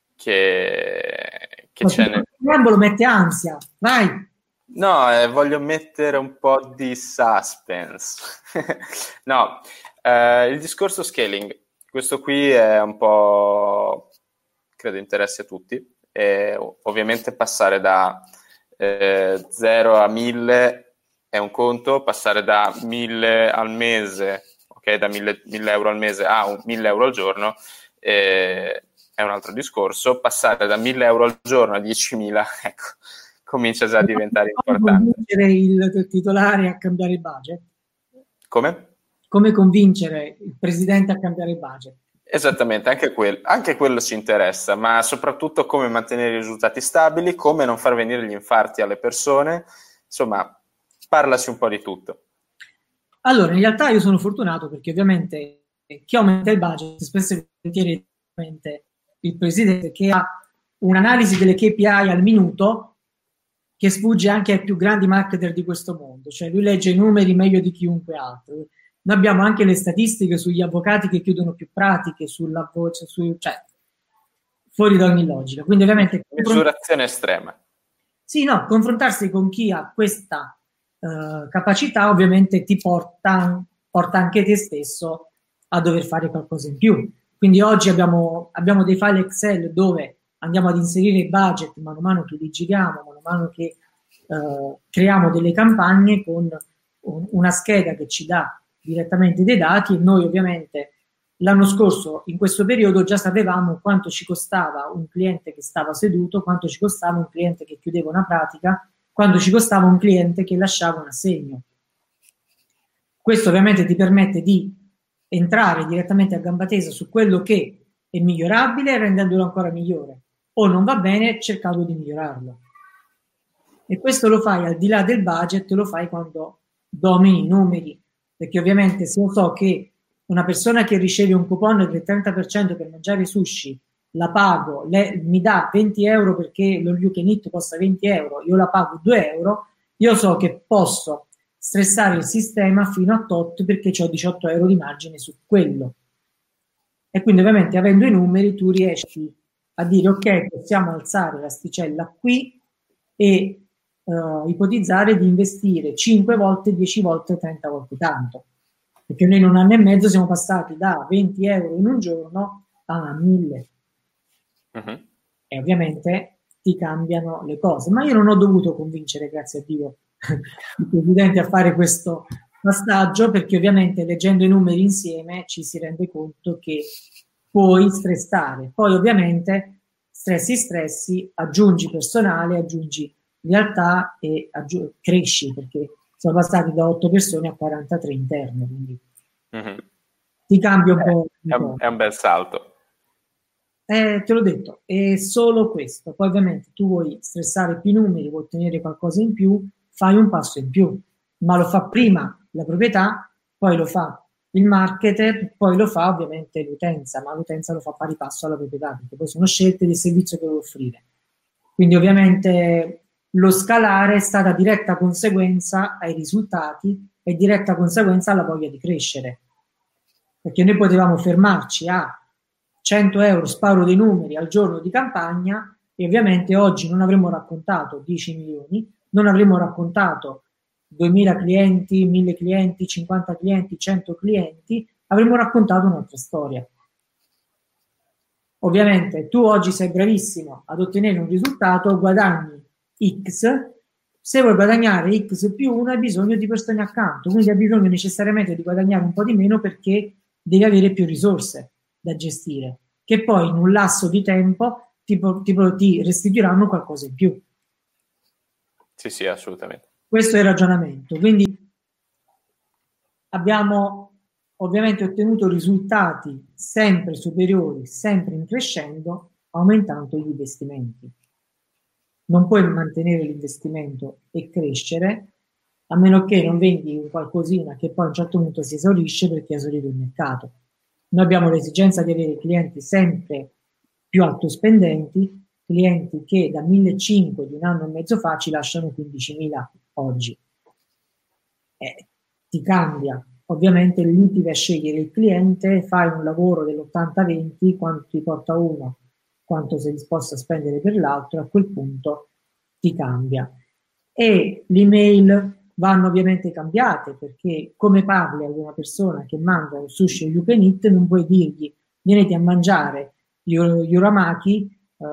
che c'è nel... Lo mette ansia, vai! No, voglio mettere un po' di suspense. No, il discorso scaling, questo qui è un po', credo interessi a tutti, ovviamente passare da 0 a 1000 è un conto, passare da 1000 al mese, ok, da 1000 euro al mese a 1000 euro al giorno è un altro discorso, passare da 1000 euro al giorno a 10.000, ecco, comincia già a diventare importante. Come convincere il titolare a cambiare il budget? Come? Come convincere il presidente a cambiare il budget? Esattamente, anche quello ci interessa, ma soprattutto come mantenere i risultati stabili, come non far venire gli infarti alle persone, insomma, parlaci un po' di tutto. Allora, in realtà io sono fortunato perché ovviamente chi aumenta il budget spesso e volentieri il presidente che ha un'analisi delle KPI al minuto che sfugge anche ai più grandi marketer di questo mondo, cioè lui legge i numeri meglio di chiunque altro. Noi abbiamo anche le statistiche sugli avvocati che chiudono più pratiche, sulla voce, cioè fuori da ogni logica. Quindi ovviamente misurazione estrema. Sì, no, confrontarsi con chi ha questa capacità ovviamente ti porta anche te stesso a dover fare qualcosa in più. Quindi oggi abbiamo dei file Excel dove andiamo ad inserire i budget mano a mano che li giriamo, mano a mano che creiamo delle campagne con una scheda che ci dà direttamente dei dati e noi ovviamente l'anno scorso in questo periodo già sapevamo quanto ci costava un cliente che stava seduto, quanto ci costava un cliente che chiudeva una pratica, quanto ci costava un cliente che lasciava un assegno. Questo ovviamente ti permette di entrare direttamente a gamba tesa su quello che è migliorabile rendendolo ancora migliore, o non va bene cercando di migliorarlo. E questo lo fai al di là del budget, lo fai quando domini i numeri, perché ovviamente se io so che una persona che riceve un coupon del 30% per mangiare sushi, la pago, mi dà 20 euro perché lo you can eat costa 20 euro, io la pago 2 euro, io so che posso stressare il sistema fino a tot perché ho 18 euro di margine su quello. E quindi ovviamente avendo i numeri tu riesci a dire ok, possiamo alzare l'asticella qui e ipotizzare di investire 5 volte, 10 volte, 30 volte tanto. Perché noi in un anno e mezzo siamo passati da 20 euro in un giorno a 1000. Uh-huh. E ovviamente ti cambiano le cose. Ma io non ho dovuto convincere, grazie a Dio, il presidente a fare questo passaggio, perché ovviamente leggendo i numeri insieme ci si rende conto che puoi stressare. Poi ovviamente stressi, aggiungi personale, aggiungi realtà e cresci, perché sono passati da 8 persone a 43 interne, quindi ti cambia un po'. È un bel salto. Te l'ho detto, è solo questo. Poi ovviamente tu vuoi stressare più numeri, vuoi ottenere qualcosa in più, fai un passo in più, ma lo fa prima la proprietà, poi lo fa il marketer, poi lo fa ovviamente l'utenza, ma l'utenza lo fa pari passo alla proprietà, perché poi sono scelte del servizio che vuoi offrire. Quindi ovviamente lo scalare è stata diretta conseguenza ai risultati e diretta conseguenza alla voglia di crescere. Perché noi potevamo fermarci a 100 euro, sparo dei numeri al giorno di campagna, e ovviamente oggi non avremmo raccontato 10 milioni, non avremmo raccontato 2000 clienti, 1000 clienti, 50 clienti, 100 clienti, avremmo raccontato un'altra storia. Ovviamente tu oggi sei bravissimo ad ottenere un risultato, guadagni X, se vuoi guadagnare X più 1 hai bisogno di persone accanto, quindi hai bisogno necessariamente di guadagnare un po' di meno perché devi avere più risorse da gestire, che poi in un lasso di tempo ti restituiranno qualcosa in più. Sì, assolutamente. Questo è il ragionamento. Quindi abbiamo ovviamente ottenuto risultati sempre superiori, sempre in crescendo, aumentando gli investimenti. Non puoi mantenere l'investimento e crescere a meno che non vendi un qualcosina che poi a un certo punto si esaurisce perché è esaurito il mercato. Noi abbiamo l'esigenza di avere clienti sempre più alto spendenti, clienti che da 1.500 di un anno e mezzo fa ci lasciano 15.000 oggi. Ti cambia. Ovviamente lì ti vai a scegliere il cliente, fai un lavoro dell'80-20, quanto ti porta uno, quanto sei disposto a spendere per l'altro, a quel punto ti cambia. E l'email vanno ovviamente cambiate, perché come parli ad una persona che mangia un sushi o you can eat, non puoi dirgli venite a mangiare gli uramaki,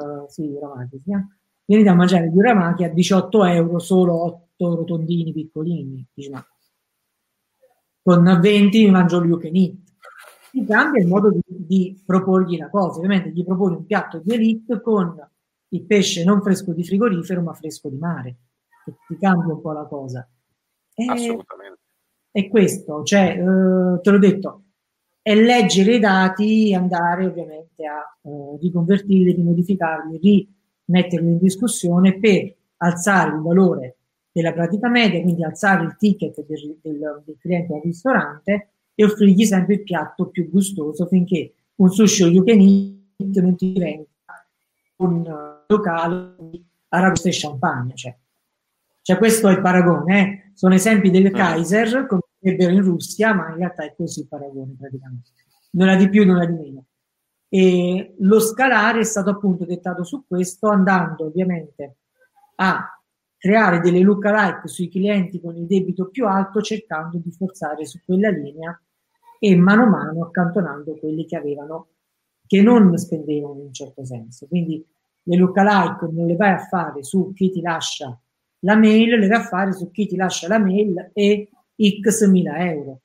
venite a mangiare gli uramaki a 18 euro solo 8 rotondini piccolini, dici, ma con 20 mi mangio il you can eat. Ti cambia il modo di proporgli la cosa. Ovviamente gli proponi un piatto di elite con il pesce non fresco di frigorifero ma fresco di mare, che ti cambia un po' la cosa. Assolutamente. E questo, cioè, te l'ho detto, è leggere i dati, andare ovviamente a riconvertirli, rimodificarli, rimetterli in discussione per alzare il valore della pratica media, quindi alzare il ticket del cliente al ristorante e offrirgli sempre il piatto più gustoso finché un sushi you can eat non ti diventa un locale di aragosta e champagne. Cioè questo è il paragone, sono esempi del Kaiser come ebbero in Russia, ma in realtà è così il paragone praticamente, nulla di più, nulla di meno. E lo scalare è stato appunto dettato su questo, andando ovviamente a creare delle lookalike sui clienti con il debito più alto, cercando di forzare su quella linea e mano a mano accantonando quelli che non spendevano in un certo senso. Quindi le lookalike non le vai a fare su chi ti lascia la mail, le vai a fare su chi ti lascia la mail e x 1000 euro.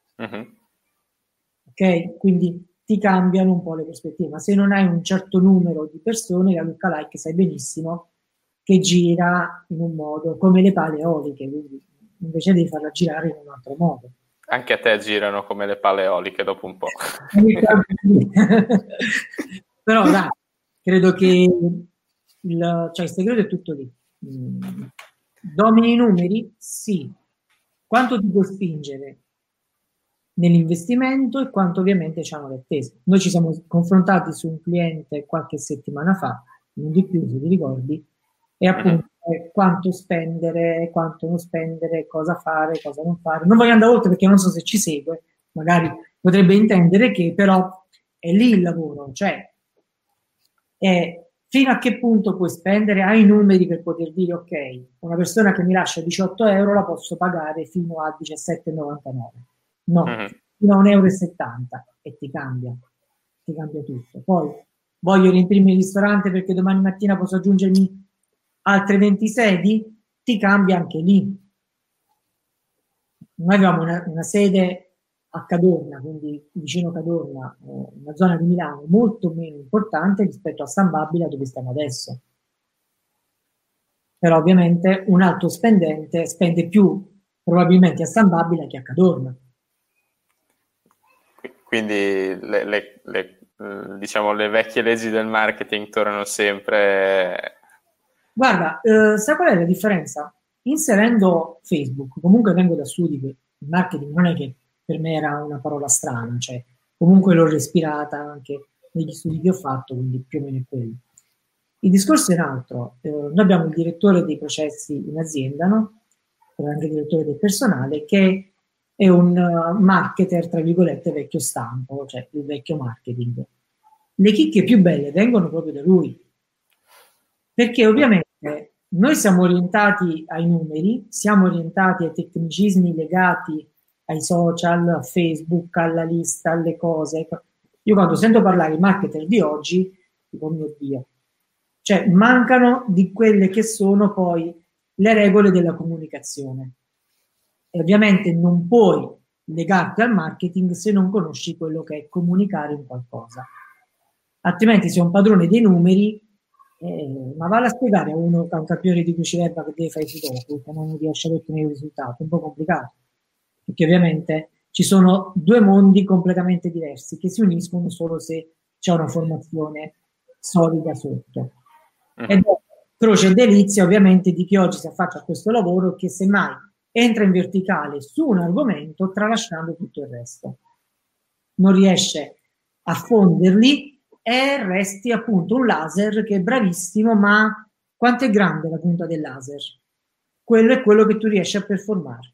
Ok? Quindi ti cambiano un po' le prospettive, ma se non hai un certo numero di persone, la lookalike sai benissimo che gira in un modo come le pale eoliche, quindi invece devi farla girare in un altro modo. Anche a te girano come le pale eoliche dopo un po'. Però dai, credo che il segreto è tutto lì. Domini i numeri? Sì. Quanto ti puoi spingere nell'investimento e quanto ovviamente hanno le attese. Noi ci siamo confrontati su un cliente qualche settimana fa, non di più, se ti ricordi, e appunto quanto spendere, quanto non spendere, cosa fare, cosa non fare. Non voglio andare oltre perché non so se ci segue, magari potrebbe intendere che però è lì il lavoro, cioè fino a che punto puoi spendere, hai i numeri per poter dire ok, una persona che mi lascia 18 euro la posso pagare fino a 17,99. No, fino a 1,70 euro e ti cambia tutto. Poi voglio riempirmi il ristorante perché domani mattina posso aggiungermi altre 20 sedi, ti cambia anche lì. Noi avevamo una sede a Cadorna, quindi vicino Cadorna, una zona di Milano molto meno importante rispetto a San Babila dove stiamo adesso. Però ovviamente un alto spendente spende più probabilmente a San Babila che a Cadorna. Quindi diciamo le vecchie leggi del marketing tornano sempre. Guarda, sai qual è la differenza? Inserendo Facebook, comunque vengo da studi che il marketing non è che per me era una parola strana, cioè comunque l'ho respirata anche negli studi che ho fatto, quindi più o meno è quello. Il discorso è un altro. Noi abbiamo il direttore dei processi in azienda, no? Anche il direttore del personale, che è un marketer, tra virgolette, vecchio stampo, cioè il vecchio marketing. Le chicche più belle vengono proprio da lui, perché ovviamente noi siamo orientati ai numeri, siamo orientati ai tecnicismi legati ai social, a Facebook, alla lista, alle cose. Io quando sento parlare di marketer di oggi, dico, mio Dio, cioè mancano di quelle che sono poi le regole della comunicazione. E ovviamente non puoi legarti al marketing se non conosci quello che è comunicare in qualcosa. Altrimenti sei un padrone dei numeri, ma vale a spiegare a un campione di cruciverba che deve fare il dopo, che non riesce ad ottenere il risultato, è un po' complicato, perché ovviamente ci sono due mondi completamente diversi che si uniscono solo se c'è una formazione solida sotto. Ed è croce e delizia ovviamente di chi oggi si affaccia a questo lavoro che semmai entra in verticale su un argomento tralasciando tutto il resto. Non riesce a fonderli e resti appunto un laser che è bravissimo, ma quanto è grande la punta del laser? Quello è quello che tu riesci a performare.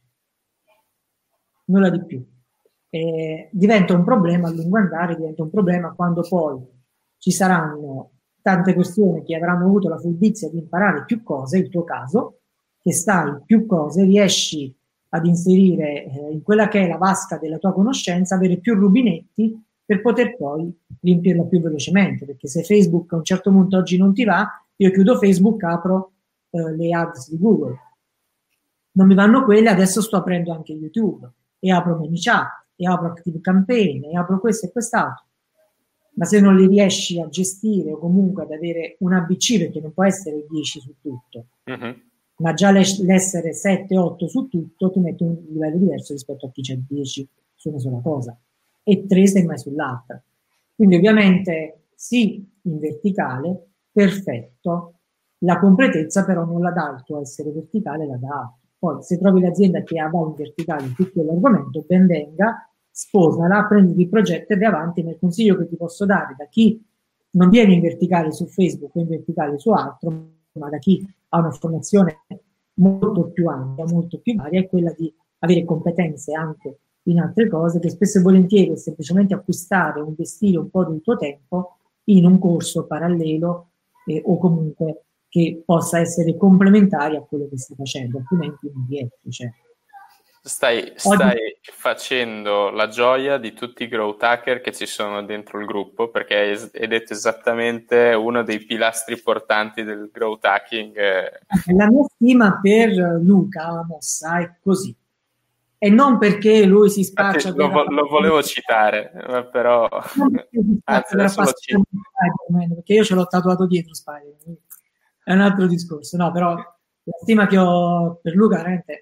Nulla di più. Diventa un problema a lungo andare, diventa un problema quando poi ci saranno tante persone che avranno avuto la furbizia di imparare più cose, il tuo caso, che sai più cose, riesci ad inserire in quella che è la vasca della tua conoscenza, avere più rubinetti per poter poi riempirla più velocemente, perché se Facebook a un certo punto oggi non ti va, io chiudo Facebook, apro le ads di Google. Non mi vanno quelle, adesso sto aprendo anche YouTube, e apro ManyChat, e apro Active Campaign, e apro questo e quest'altro. Ma se non li riesci a gestire o comunque ad avere un ABC, perché non può essere 10 su tutto, ma già l'essere 7-8 su tutto, ti metti un livello diverso rispetto a chi c'è 10 su una sola cosa e 3 sei mai sull'altra. Quindi ovviamente sì, in verticale, perfetto, la completezza però non la dà il tuo essere verticale, la dà altro. Poi se trovi l'azienda che ha in verticale in tutto l'argomento, ben venga, sposala, prendi il progetto e vai avanti. Nel consiglio che ti posso dare da chi non viene in verticale su Facebook o in verticale su altro, ma da chi ha una formazione molto più ampia, molto più varia, è quella di avere competenze anche in altre cose, che spesso e volentieri è semplicemente acquistare o investire un po' del tuo tempo in un corso parallelo o comunque che possa essere complementare a quello che stai facendo, altrimenti non riesci. Cioè. Stai facendo la gioia di tutti i growth hacker che ci sono dentro il gruppo, perché hai detto esattamente uno dei pilastri portanti del growth hacking. La mia stima per Luca Mossa è così, e non perché lui si spaccia lo volevo citare, però anzi adesso lo cito, perché io ce l'ho tatuato dietro Spider, è un altro discorso. No, però la stima che ho per Luca veramente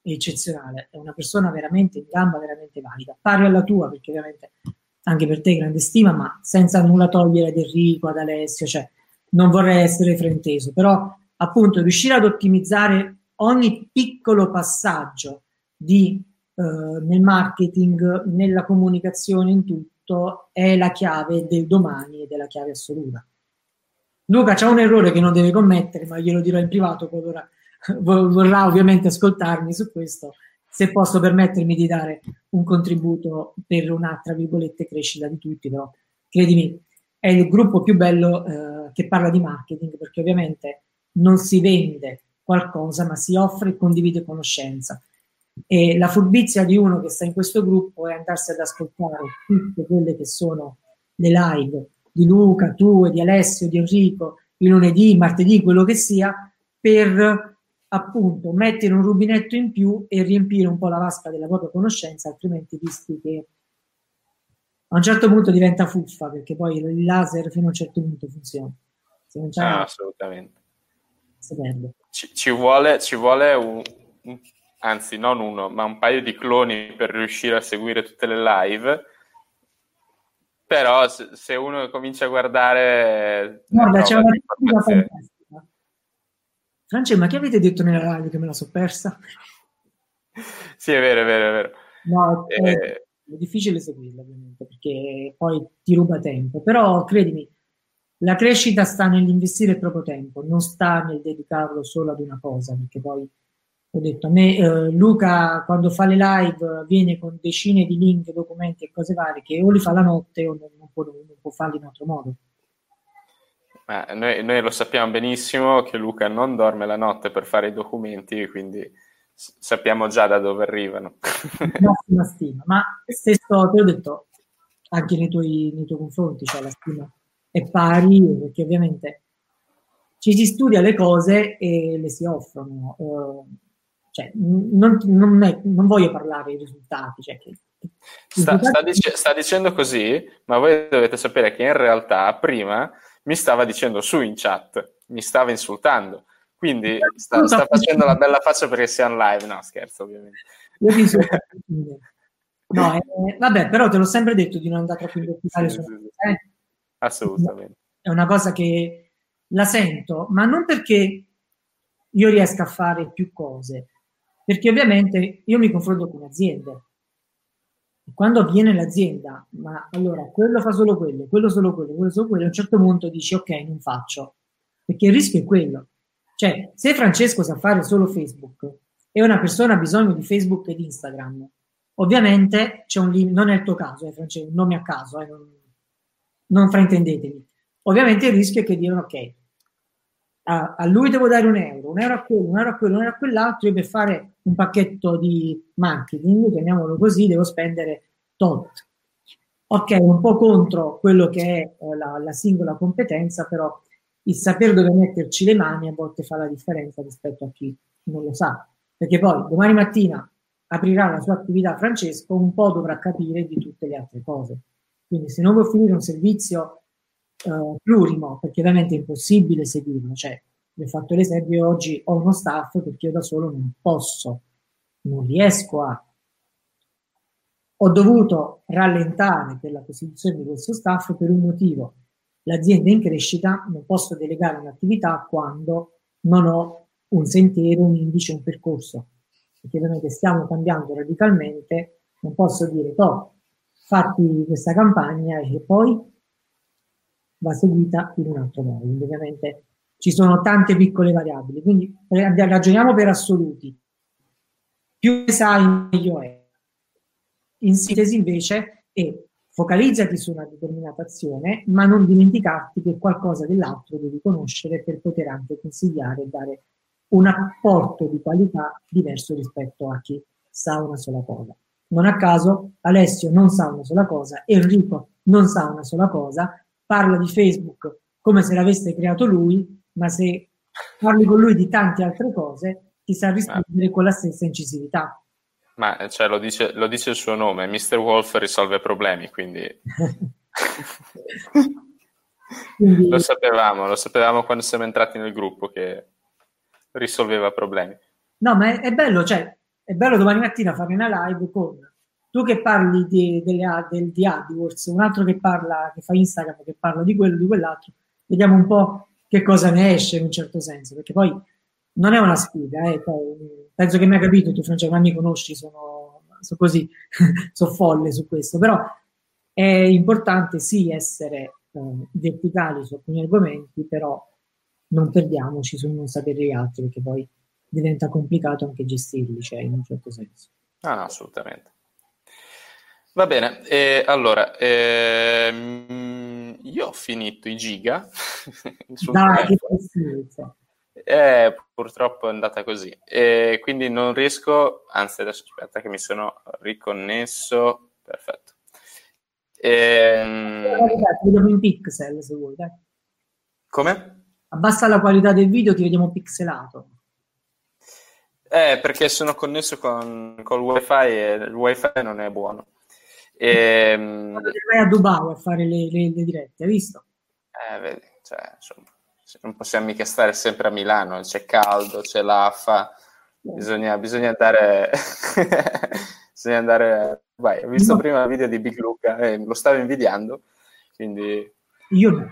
è eccezionale, è una persona veramente in gamba, veramente valida, pari alla tua, perché ovviamente anche per te grande stima, ma senza nulla togliere ad Enrico, ad Alessio, cioè non vorrei essere frainteso, però appunto riuscire ad ottimizzare ogni piccolo passaggio nel marketing, nella comunicazione, in tutto, è la chiave del domani ed è la chiave assoluta. Luca c'ha un errore che non deve commettere, ma glielo dirò in privato, poi vorrà ovviamente ascoltarmi su questo, se posso permettermi di dare un contributo per una, tra virgolette, crescita di tutti, però credimi, è il gruppo più bello che parla di marketing, perché ovviamente non si vende qualcosa, ma si offre e condivide conoscenza. E la furbizia di uno che sta in questo gruppo è andarsi ad ascoltare tutte quelle che sono le live di Luca, tu e di Alessio, di Enrico, il lunedì, martedì, quello che sia, per appunto mettere un rubinetto in più e riempire un po' la vasca della propria conoscenza, altrimenti rischi che a un certo punto diventa fuffa, perché poi il laser fino a un certo punto funziona. Se non c'è assolutamente. Si perde. Ci vuole anzi non uno, ma un paio di cloni per riuscire a seguire tutte le live. Però se uno comincia a guardare... Guarda, c'è una cosa fantastica. Francesco, ma che avete detto nella live che me la so persa? Sì, è vero. No, è difficile seguirla ovviamente, perché poi ti ruba tempo. Però credimi, la crescita sta nell'investire il proprio tempo, non sta nel dedicarlo solo ad una cosa, perché poi ho detto a me, Luca quando fa le live viene con decine di link, documenti e cose varie che o li fa la notte o non può farli in altro modo. Noi lo sappiamo benissimo che Luca non dorme la notte per fare i documenti, quindi sappiamo già da dove arrivano. Massima stima, ma stesso te l'ho detto anche nei tuoi confronti, cioè la stima è pari, perché ovviamente ci si studia le cose e le si offrono. Cioè, non voglio parlare dei risultati. Cioè sta dicendo così, ma voi dovete sapere che in realtà prima mi stava dicendo su in chat, mi stava insultando, quindi sta facendo la bella faccia perché siamo live. No, scherzo ovviamente. Io ti no, vabbè, però te l'ho sempre detto di non andare troppo in dettaglio. Sì. Assolutamente. È una cosa che la sento, ma non perché io riesca a fare più cose, perché ovviamente io mi confronto con aziende. Quando avviene l'azienda, ma allora quello fa solo quello solo quello, a un certo punto dici ok, non faccio, perché il rischio è quello. Cioè, se Francesco sa fare solo Facebook e una persona ha bisogno di Facebook e di Instagram, ovviamente c'è un limite, non è il tuo caso, Francesco, un nome a caso, non fraintendetemi. Ovviamente il rischio è che dicono ok, a lui devo dare €1, €1 a quello, €1 a quello, €1 a quell'altro, io per fare un pacchetto di marketing, chiamiamolo così, devo spendere tot. Ok, un po' contro quello che è la singola competenza, però il sapere dove metterci le mani a volte fa la differenza rispetto a chi non lo sa, perché poi domani mattina aprirà la sua attività Francesco, un po' dovrà capire di tutte le altre cose. Quindi se non vuoi offrire un servizio plurimo, perché ovviamente è impossibile seguirlo, cioè vi ho fatto l'esempio, oggi ho uno staff perché io da solo non posso, non riesco a. Ho dovuto rallentare per la costituzione di questo staff per un motivo: l'azienda è in crescita, non posso delegare un'attività quando non ho un sentiero, un indice, un percorso, perché ovviamente stiamo cambiando radicalmente, non posso dire fatti questa campagna e poi va seguita in un altro modo. Quindi ovviamente ci sono tante piccole variabili, quindi ragioniamo per assoluti. Più sai, meglio è. In sintesi invece focalizzati su una determinata azione, ma non dimenticarti che qualcosa dell'altro devi conoscere per poter anche consigliare e dare un apporto di qualità diverso rispetto a chi sa una sola cosa. Non a caso Alessio non sa una sola cosa, Enrico non sa una sola cosa, parla di Facebook come se l'avesse creato lui, ma se parli con lui di tante altre cose ti sa rispondere con la stessa incisività. Ma cioè, lo dice il suo nome, Mr. Wolf risolve problemi, quindi... Lo sapevamo quando siamo entrati nel gruppo che risolveva problemi. No, ma è bello, cioè, è bello domani mattina fare una live con tu che parli di AdWords, un altro che parla, che fa Instagram, che parla di quello, di quell'altro, vediamo un po' che cosa ne esce in un certo senso, perché poi non è una sfida, poi, penso che mi hai capito, tu Francesco, mi conosci, sono così, sono folle su questo, però è importante sì essere verticali su alcuni argomenti, però non perdiamoci sul non sapere gli altri, perché poi diventa complicato anche gestirli, cioè in un certo senso. Ah, no, assolutamente. Va bene, allora, io ho finito i giga sul Dai, che telefono. tristezza. Purtroppo è andata così, e quindi non riesco, anzi adesso aspetta che mi sono riconnesso, perfetto. Ti vediamo in pixel se vuoi, dai. Come? Abbassa la qualità del video, ti vediamo pixelato. Perché sono connesso col wifi e il wifi non è buono. Vai a Dubai a fare le dirette, hai visto? Vedi, cioè, insomma, non possiamo mica stare sempre a Milano, c'è caldo, c'è l'affa, bisogna andare bisogna andare. Vai, ho visto prima il video di Big Luca e lo stavo invidiando, quindi io no.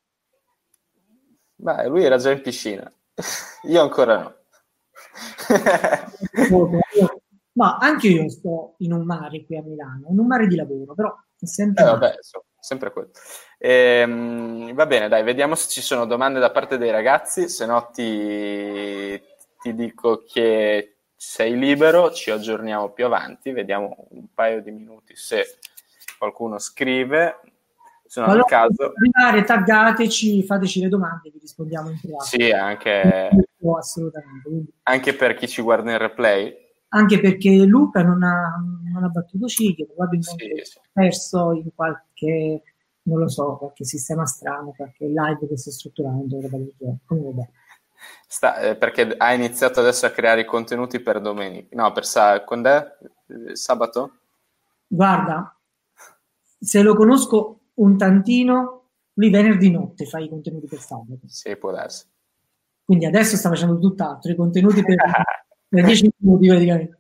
Beh, lui era già in piscina, io ancora no. Ma anche io sto in un mare qui a Milano, in un mare di lavoro, però è sempre vabbè, sempre quello. Va bene, dai, vediamo se ci sono domande da parte dei ragazzi, se no ti dico che sei libero, ci aggiorniamo più avanti, vediamo un paio di minuti se qualcuno scrive. Se non allora, è il caso, arrivare, taggateci, fateci le domande, vi rispondiamo in privato. Sì, anche assolutamente. Anche per chi ci guarda in replay. Anche perché Luca non ha battuto Cighi, probabilmente sì. perso in qualche, non lo so, qualche sistema strano, qualche live che sta strutturando, perché ha iniziato adesso a creare i contenuti per domenica. No, quando è? Sabato? Guarda, se lo conosco un tantino, lui venerdì notte fa i contenuti per sabato. Sì, può darsi. Quindi adesso sta facendo tutt'altro, i contenuti per 10 minuti praticamente.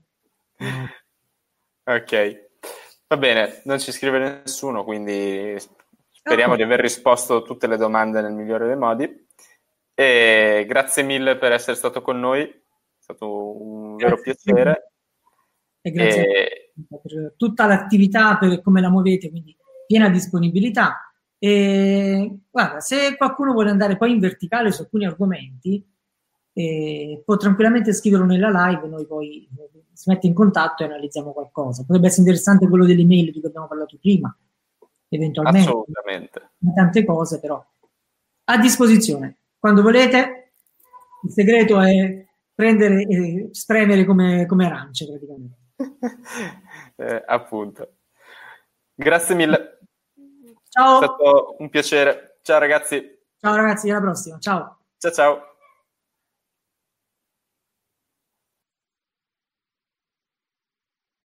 Ok, va bene, non ci scrive nessuno, quindi speriamo di aver risposto a tutte le domande nel migliore dei modi. E grazie mille per essere stato con noi, è stato un vero piacere. E grazie per tutta l'attività, per come la muovete, quindi piena disponibilità. E guarda, se qualcuno vuole andare poi in verticale su alcuni argomenti, può tranquillamente scriverlo nella live, noi poi si mette in contatto e analizziamo qualcosa. Potrebbe essere interessante quello delle mail di cui abbiamo parlato prima, eventualmente. Assolutamente. Tante cose, però a disposizione. Quando volete, il segreto è prendere e spremere come arance praticamente. Appunto. Grazie mille. Ciao. È stato un piacere. Ciao ragazzi. Ciao ragazzi, alla prossima. Ciao. Ciao ciao.